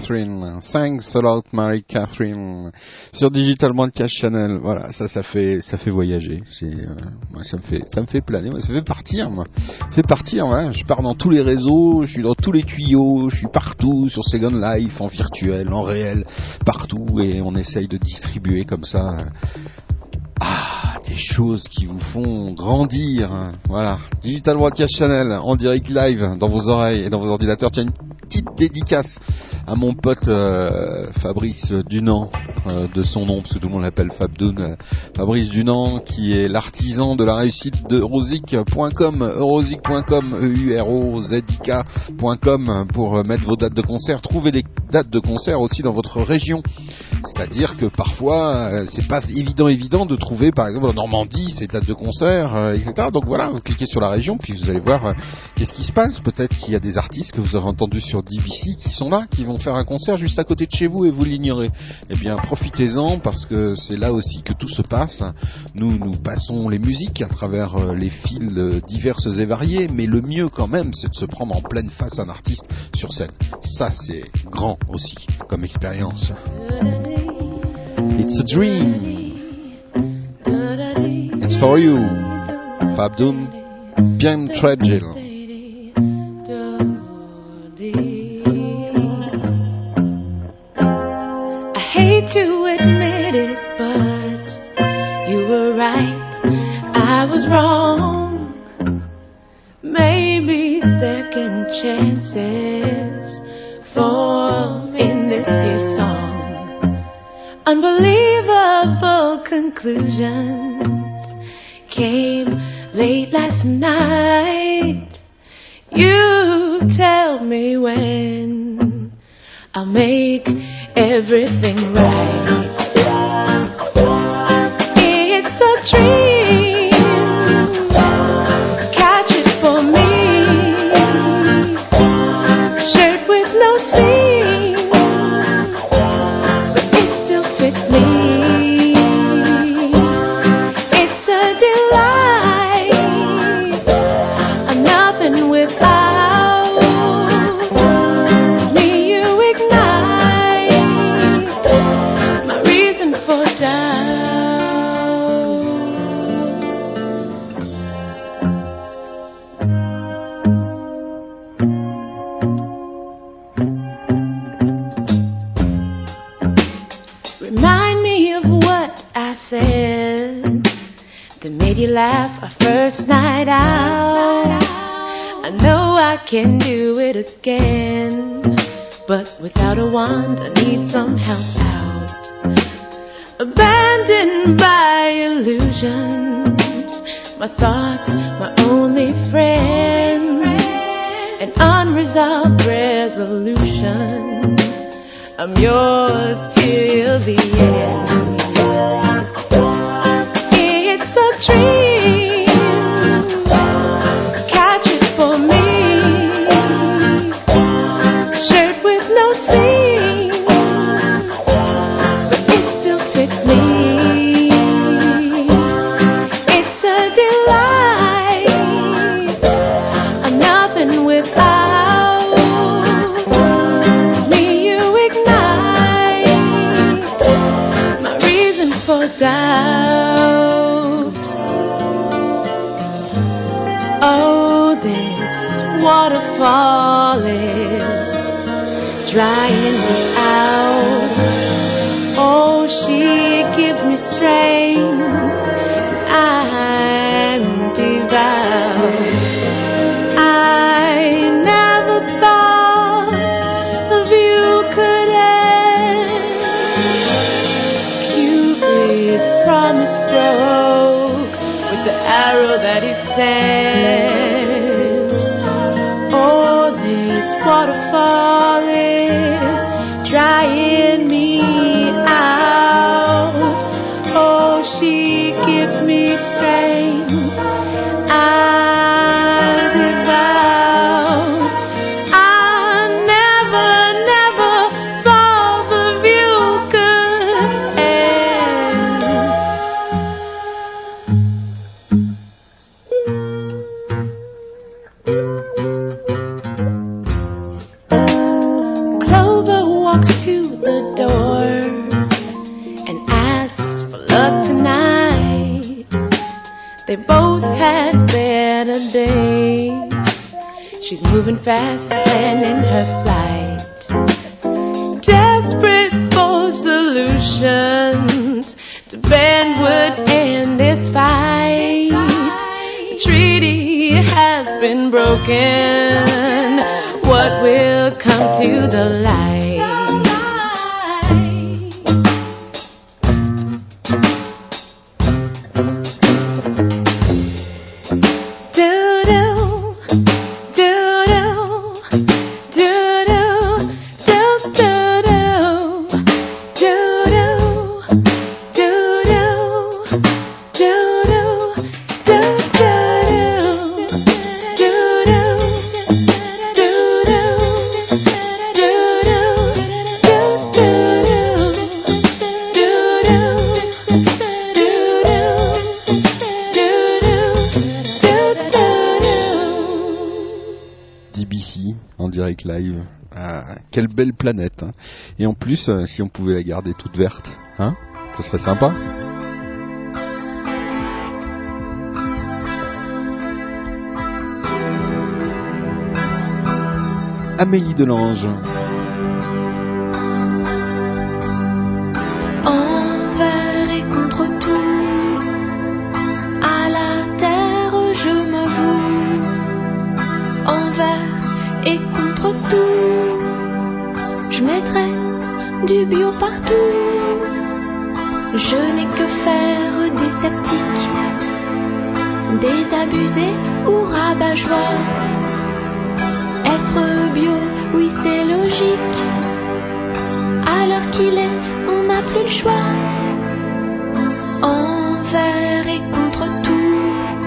Catherine. Thanks a lot, Mary Catherine. Sur Digital Broadcast Channel. Voilà, ça, ça fait, ça fait voyager. C'est, euh, moi, ça me fait, ça me fait planer. Moi, ça fait partir, moi. Ça fait partir, voilà. Je pars dans tous les réseaux, je suis dans tous les tuyaux, je suis partout sur Second Life, en virtuel, en réel, partout, et on essaye de distribuer comme ça. Ah, des choses qui vous font grandir. Voilà, Digital Broadcast Channel en direct live dans vos oreilles et dans vos ordinateurs. Tiens, une petite dédicace à mon pote euh, Fabrice Dunant, euh, de son nom, parce que tout le monde l'appelle Fabdoun. Euh, Fabrice Dunant, qui est l'artisan de la réussite de Eurosic point com, eurosic point com, E U R O Z I K point com, pour euh, mettre vos dates de concert. Trouvez des dates de concert aussi dans votre région. C'est-à-dire que parfois, euh, c'est pas évident évident de trouver, par exemple, en Normandie, ces dates de concert, euh, et cetera. Donc voilà, vous cliquez sur la région, puis vous allez voir euh, qu'est-ce qui se passe. Peut-être qu'il y a des artistes que vous avez entendus sur D B C qui sont là, qui vont faire un concert juste à côté de chez vous et vous l'ignorez. Eh bien, profitez-en, parce que c'est là aussi que tout se passe. Nous, nous passons les musiques à travers euh, les fils euh, diverses et variés, mais le mieux quand même, c'est de se prendre en pleine face un artiste sur scène. Ça, c'est grand aussi comme expérience. It's a dream. It's for you. Fabdoun, bien fragile. I hate to admit it, but you were right. I was wrong. Maybe second chances for in this here song. Unbelievable conclusions came late last night. You tell me when I'll make everything right. It's a dream. Catch it for me. Shirt with no seam, but it still fits me. It's a delight. I'm nothing without me. You ignite my reason for doubt. Remind me of what I said that made you laugh our first night out. I know I can do it again, but without a wand I need some help out. Abandoned by illusions, my thoughts, my only friends, an unresolved resolution. I'm yours till the end. It's a dream. Catch it for me. Shirt with no seam, but it still fits me. It's a delight. I'm nothing without me. You ignite my reason for doubt. Oh, this waterfall is drying me out. Oh, she gives me strength. I'm devout. I never thought the view could end. Cupid's promise broke with the arrow that he sent. Oh, this waterfall is drying me out. Oh, she gives me strength. I'm devout. I never, never thought the view could end. asks for love tonight. They both had better days. She's moving fast, planning her flight. Desperate for solutions to bend would end this fight. The treaty has been broken. What will come to the light? Live. Ah, quelle belle planète, hein. Et en plus, euh, si on pouvait la garder toute verte, hein, ça serait sympa. Amélie Delange. Envers et contre tout, à la terre je me voue. Envers et contre tout, je mettrai du bio partout. Je n'ai que faire des sceptiques, désabusés ou rabat-joie. Être bio, oui c'est logique. À l'heure qu'il est, on n'a plus le choix. Envers et contre tout,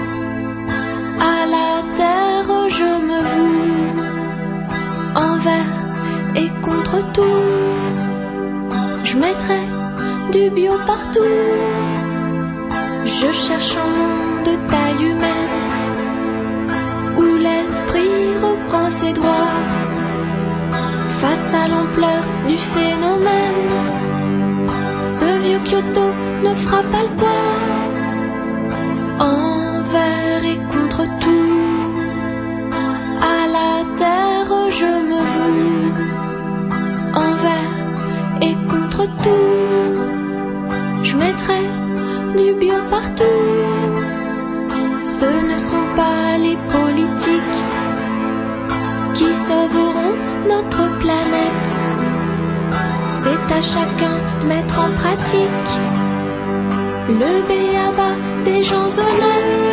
à la terre je me voue. Envers et contre tout, je mettrai du bio partout. Je cherche un monde de taille humaine, où l'esprit reprend ses droits, face à l'ampleur du phénomène. Ce vieux Kyoto ne fera pas le poids. Envers et contre tout, à la terre je me voue. Envers et contre tout, je mettrai du bio partout. Ce ne sont pas les politiques qui sauveront notre planète. C'est à chacun de mettre en pratique le b a ba des gens honnêtes.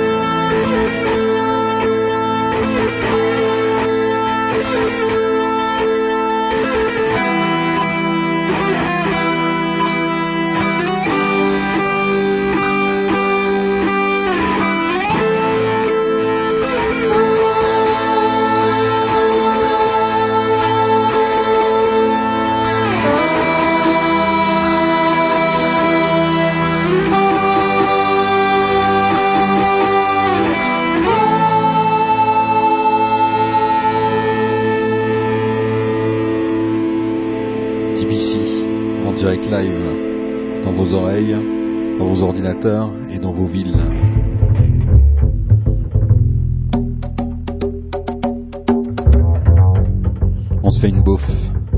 Direct live dans vos oreilles, dans vos ordinateurs et dans vos villes. On se fait une bouffe.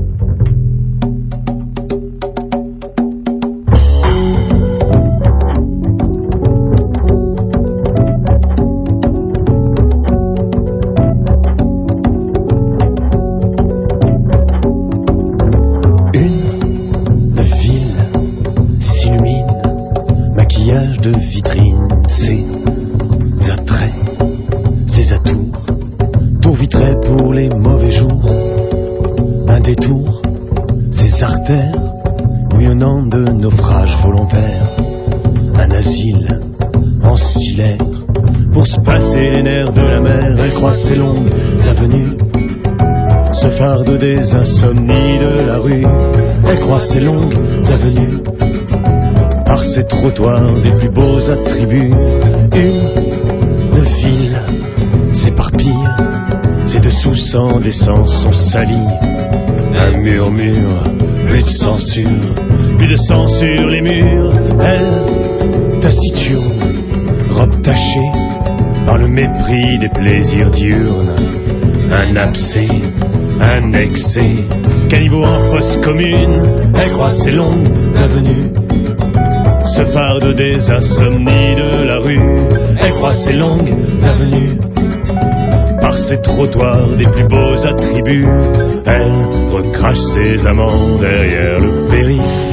Des insomnies de la rue, elle croise ces longues avenues, par ces trottoirs des plus beaux attributs. Une ville s'éparpille, ses dessous sans d'essence sont salis. Un murmure, plus de censure, plus de sang sur les murs. Elle, taciturne, robe tachée par le mépris des plaisirs diurnes. Un abcès, un excès, caniveau en fosse commune. Elle croit ses longues avenues, se farde des insomnies de la rue. Elle croit ses longues avenues, par ses trottoirs des plus beaux attributs. Elle recrache ses amants derrière le périph'.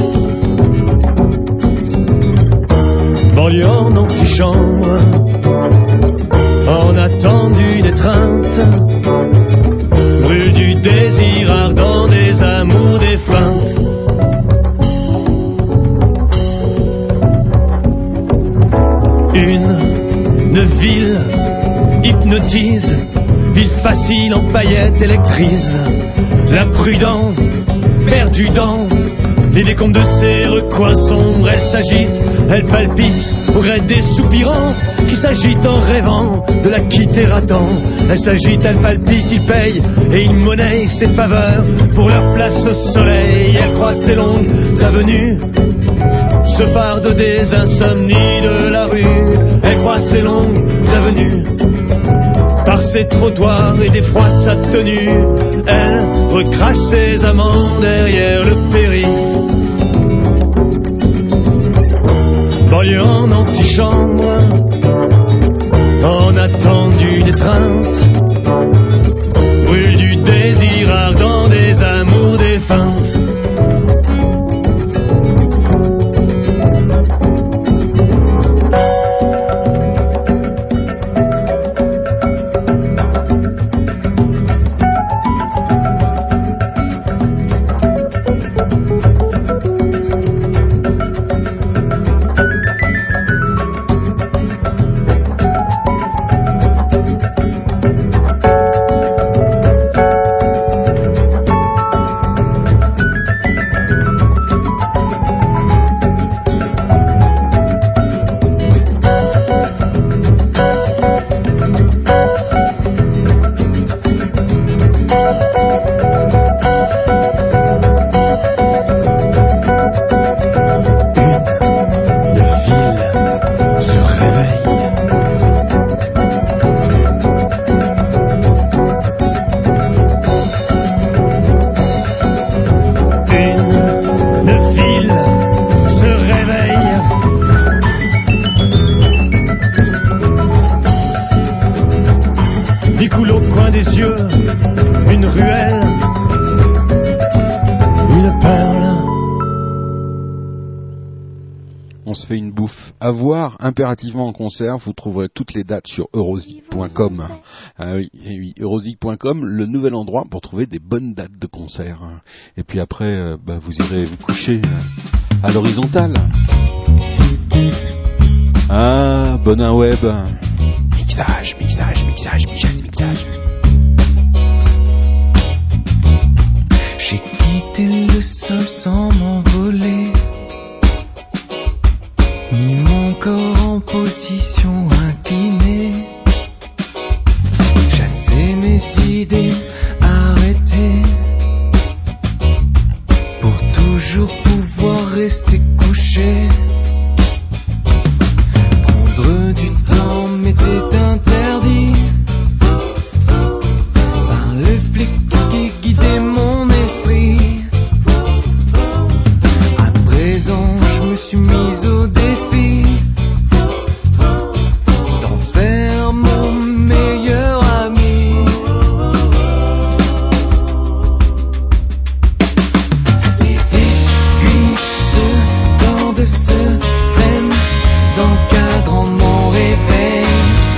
Banlieue en antichambre, en attente d'une étreinte, brûle du désir ardent des amours défuntes. Une, une ville hypnotise, ville facile en paillettes électrise. L'imprudent, perdu dans les décombres de ses recoins sombres. Elle s'agite, elle palpite au gré des soupirants qui s'agitent en rêvant de la quitter à temps. Elle s'agite, elle palpite, il paye et il monnaie ses faveurs pour leur place au soleil. Elle croise ses longues avenues, se farde des insomnies de la rue. Elle croise ses longues avenues, par ses trottoirs et défroie sa tenue. Elle recrache ses amants derrière le périph'. Banlieue en antichambre, en attente d'une étreinte, brûle du désir ardent des amours défuntes. À voir impérativement en concert, vous trouverez toutes les dates sur eurozik point com. Ah oui, oui, eurozik point com, le nouvel endroit pour trouver des bonnes dates de concert. Et puis après, euh, bah, vous irez vous coucher à l'horizontale. Ah, Bonin Web. Mixage, mixage, mixage, mixage, mixage. J'ai quitté le sol sans m'envoler, mis mon corps en position inclinée, chasser mes idées arrêtées, pour toujours pouvoir rester couché. Prendre du temps m'était interdit par le flic qui guidait mon esprit. À présent je me suis mise au défi d'en faire mon meilleur ami. Les aiguilles se tordent, se prennent, d'encadrant mon réveil.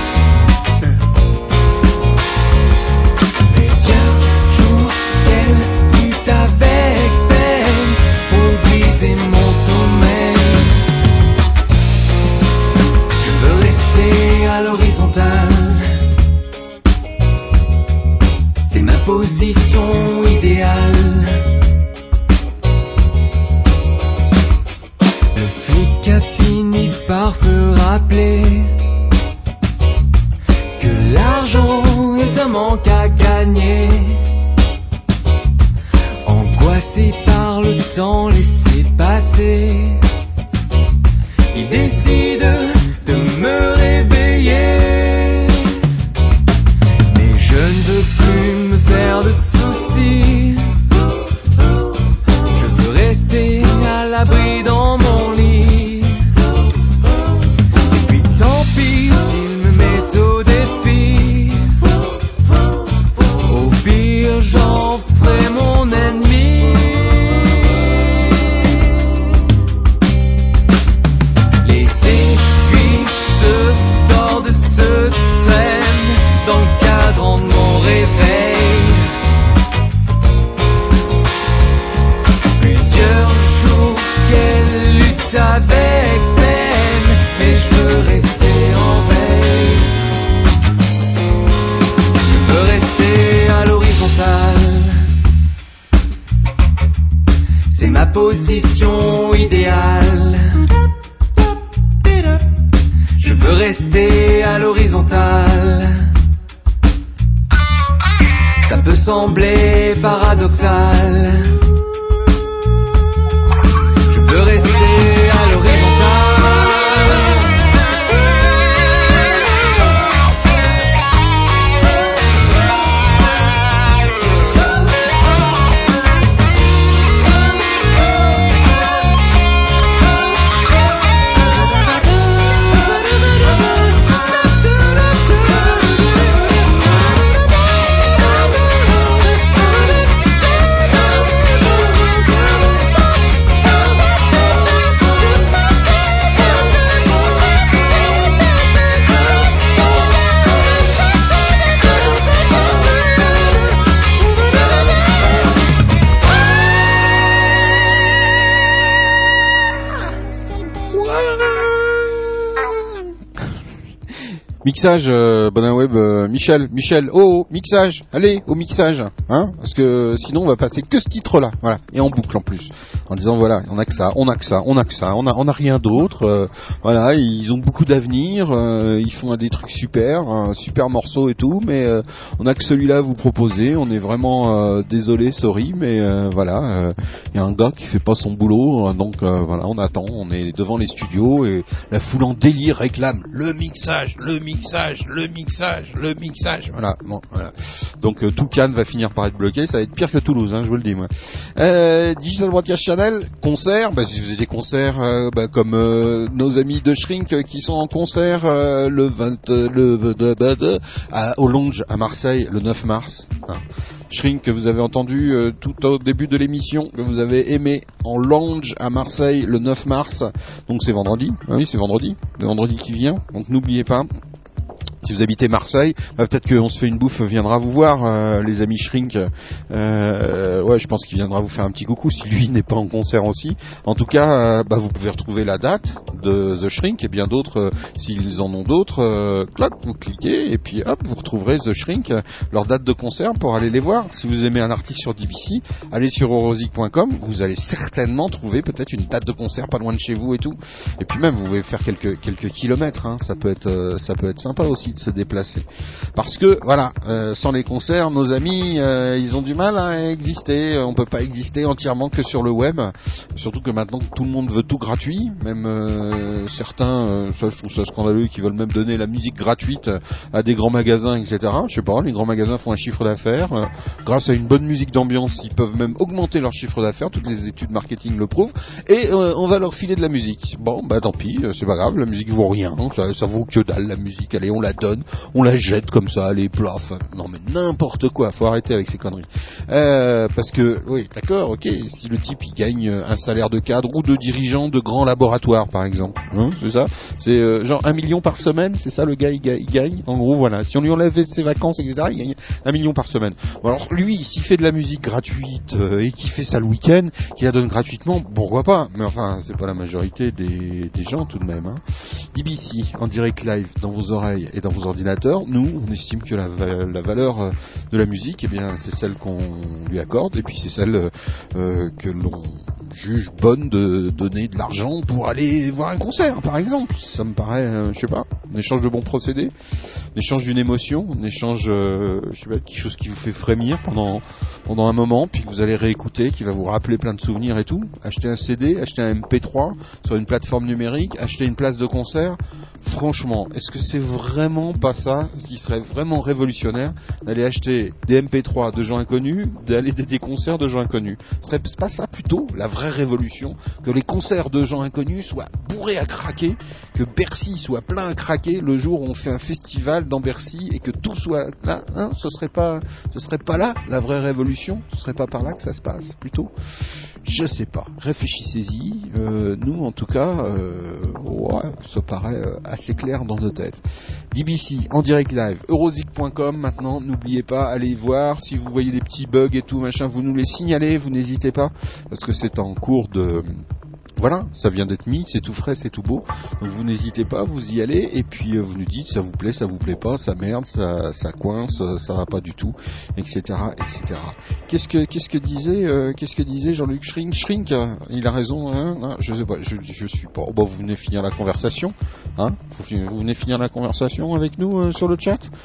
Plusieurs jours qu'elle lutte avec peine pour briser mon sommeil. Je veux rester à l'horizontale, c'est ma position idéale. Le flic a fini par se rappeler que l'argent est un manque à gagner. En sembler paradoxal. Je peux rester à l'horizontale. Mixage, euh, Bonin Web, euh, Michel, Michel, oh, oh, mixage, allez, au mixage, hein, parce que sinon on va passer que ce titre-là, voilà, et en boucle en plus, en disant voilà, on a que ça, on a que ça, on a que ça, on a, on a rien d'autre, euh, voilà, ils ont beaucoup d'avenir, euh, ils font des trucs super, un super morceau et tout, mais euh, on a que celui-là à vous proposer, on est vraiment euh, désolé, sorry, mais euh, voilà, il euh, y a un gars qui fait pas son boulot, donc euh, voilà, on attend, on est devant les studios et la foule en délire réclame le mixage, le mixage. mixage, le mixage, le mixage, voilà, bon, voilà. Donc euh, tout Cannes va finir par être bloqué, ça va être pire que Toulouse, hein, je vous le dis moi. Euh, Digital Broadcast Channel, concert, bah si vous avez des concerts, euh, bah, comme euh, nos amis de Shrink euh, qui sont en concert euh, le vingt, euh, le de, de, de, à, au Lounge à Marseille le neuf mars. Hein. Shrink que vous avez entendu euh, tout au début de l'émission, que vous avez aimé en Lounge à Marseille le neuf mars. Donc c'est vendredi, ah oui c'est vendredi, le vendredi qui vient. Donc n'oubliez pas. Si vous habitez Marseille, bah peut-être qu'on se fait une bouffe viendra vous voir, euh, les amis Shrink. Euh, ouais, je pense qu'il viendra vous faire un petit coucou si lui n'est pas en concert aussi. En tout cas, euh, bah vous pouvez retrouver la date de The Shrink et bien d'autres, euh, s'ils en ont d'autres. Euh, clac, vous cliquez et puis hop, vous retrouverez The Shrink, euh, leur date de concert pour aller les voir. Si vous aimez un artiste sur D B C, allez sur eurosic point com, vous allez certainement trouver peut-être une date de concert pas loin de chez vous et tout. Et puis même, vous pouvez faire quelques quelques kilomètres. Hein, ça peut être euh, ça peut être sympa aussi de se déplacer, parce que voilà, euh, sans les concerts, nos amis euh, ils ont du mal à exister. On peut pas exister entièrement que sur le web, surtout que maintenant tout le monde veut tout gratuit, même euh, certains, euh, ça je trouve ça scandaleux, qui veulent même donner la musique gratuite à des grands magasins, etc. Je sais pas, les grands magasins font un chiffre d'affaires, euh, grâce à une bonne musique d'ambiance ils peuvent même augmenter leur chiffre d'affaires, toutes les études marketing le prouvent, et euh, on va leur filer de la musique. Bon bah tant pis, c'est pas grave, la musique vaut rien, ça, ça vaut que dalle la musique, allez on la donne, on la jette comme ça, allez, plaf, non mais n'importe quoi, faut arrêter avec ces conneries. Euh, parce que, oui, d'accord, ok, si le type il gagne un salaire de cadre ou de dirigeant de grands laboratoires par exemple, hein, c'est ça, c'est euh, genre un million par semaine, c'est ça le gars il, ga- il gagne, en gros voilà, si on lui enlève ses vacances, et cetera, il gagne un million par semaine. Bon, alors lui, s'il fait de la musique gratuite euh, et qu'il fait ça le week-end, qu'il la donne gratuitement, pourquoi pas, mais enfin, c'est pas la majorité des, des gens tout de même. Hein. D B C, en direct live, dans vos oreilles et dans vos ordinateurs, nous, on estime que la, la valeur de la musique, eh bien, c'est celle qu'on lui accorde, et puis c'est celle euh, que l'on juge bonne de donner de l'argent pour aller voir un concert, par exemple. Ça me paraît, euh, je sais pas, un échange de bons procédés, un échange d'une émotion, un échange, euh, je sais pas, quelque chose qui vous fait frémir pendant pendant un moment, puis que vous allez réécouter, qui va vous rappeler plein de souvenirs et tout. Acheter un C D, acheter un M P trois sur une plateforme numérique, acheter une place de concert. Franchement, est-ce que c'est vraiment pas ça qui serait vraiment révolutionnaire, d'aller acheter des M P trois de gens inconnus, d'aller des, des concerts de gens inconnus? Ce serait pas ça plutôt la vraie révolution, que les concerts de gens inconnus soient bourrés à craquer, que Bercy soit plein à craquer le jour où on fait un festival dans Bercy et que tout soit là, hein? Ce serait pas, ce serait pas là la vraie révolution? Ce serait pas par là que ça se passe plutôt? Je sais pas. Réfléchissez-y. Euh, nous, en tout cas, euh, ouais, ça paraît euh, assez clair dans nos têtes. D B C en direct live, eurosic point com. Maintenant, n'oubliez pas, allez voir. Si vous voyez des petits bugs et tout machin, vous nous les signalez. Vous n'hésitez pas, parce que c'est en cours de. Voilà, ça vient d'être mis, c'est tout frais, c'est tout beau. Donc vous n'hésitez pas, vous y allez et puis euh, vous nous dites ça vous plaît, ça vous plaît pas, ça merde, ça, ça coince, ça va pas du tout, et cetera, et cetera. Qu'est-ce que qu'est-ce que disait euh, qu'est-ce que disait Jean-Luc Shrink Shrink, il a raison, hein, hein, je sais pas, je, je suis pas. Oh, bah, vous venez finir la conversation, hein vous, vous venez finir la conversation avec nous euh, sur le chat.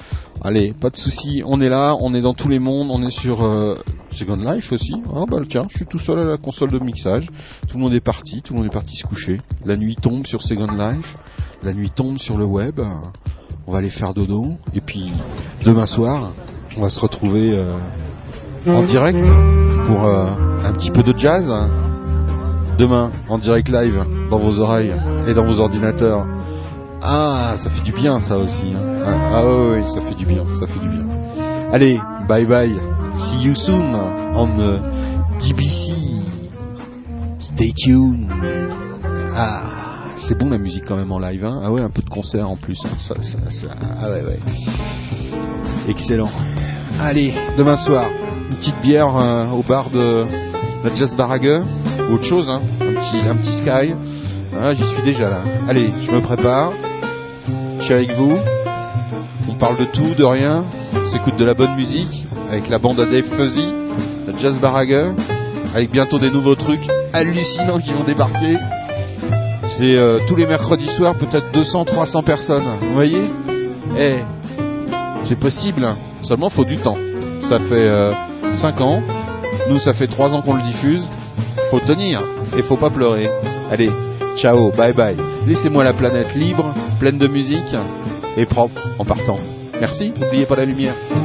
allez, pas de soucis, on est là, on est dans tous les mondes, on est sur euh, Second Life aussi. Ah bah tiens, je suis tout seul à la console de mixage, tout le monde est parti, tout le monde est parti se coucher. La nuit tombe sur Second Life, la nuit tombe sur le web, on va aller faire dodo, et puis demain soir, on va se retrouver euh, en direct pour euh, un petit peu de jazz. Demain, en direct live, dans vos oreilles et dans vos ordinateurs. Ah, ça fait du bien ça aussi. Hein. Ah, ah oui, ça fait du bien, ça fait du bien. Allez, bye bye. See you soon on uh, D B C. Stay tuned. Ah, c'est bon la musique quand même en live. Hein. Ah ouais, un peu de concert en plus. Hein. Ça, ça, ça, ah ouais, ouais. Excellent. Allez, demain soir, une petite bière euh, au bar de la Jazz Barague. Ou autre chose, hein. un petit, un petit sky. Ah, j'y suis déjà là. Allez, je me prépare. Je suis avec vous. On parle de tout, de rien. On s'écoute de la bonne musique avec la bande à Dave Fuzzy, la Jazz Barague, avec bientôt des nouveaux trucs hallucinants qui vont débarquer. C'est euh, tous les mercredis soirs, peut-être deux cents, trois cents personnes. Vous voyez ? Eh, c'est possible. Seulement, faut du temps. Ça fait euh, cinq ans. Nous, ça fait trois ans qu'on le diffuse. Faut tenir et faut pas pleurer. Allez, ciao, bye bye. Laissez-moi la planète libre, pleine de musique et propre en partant. Merci, n'oubliez pas la lumière.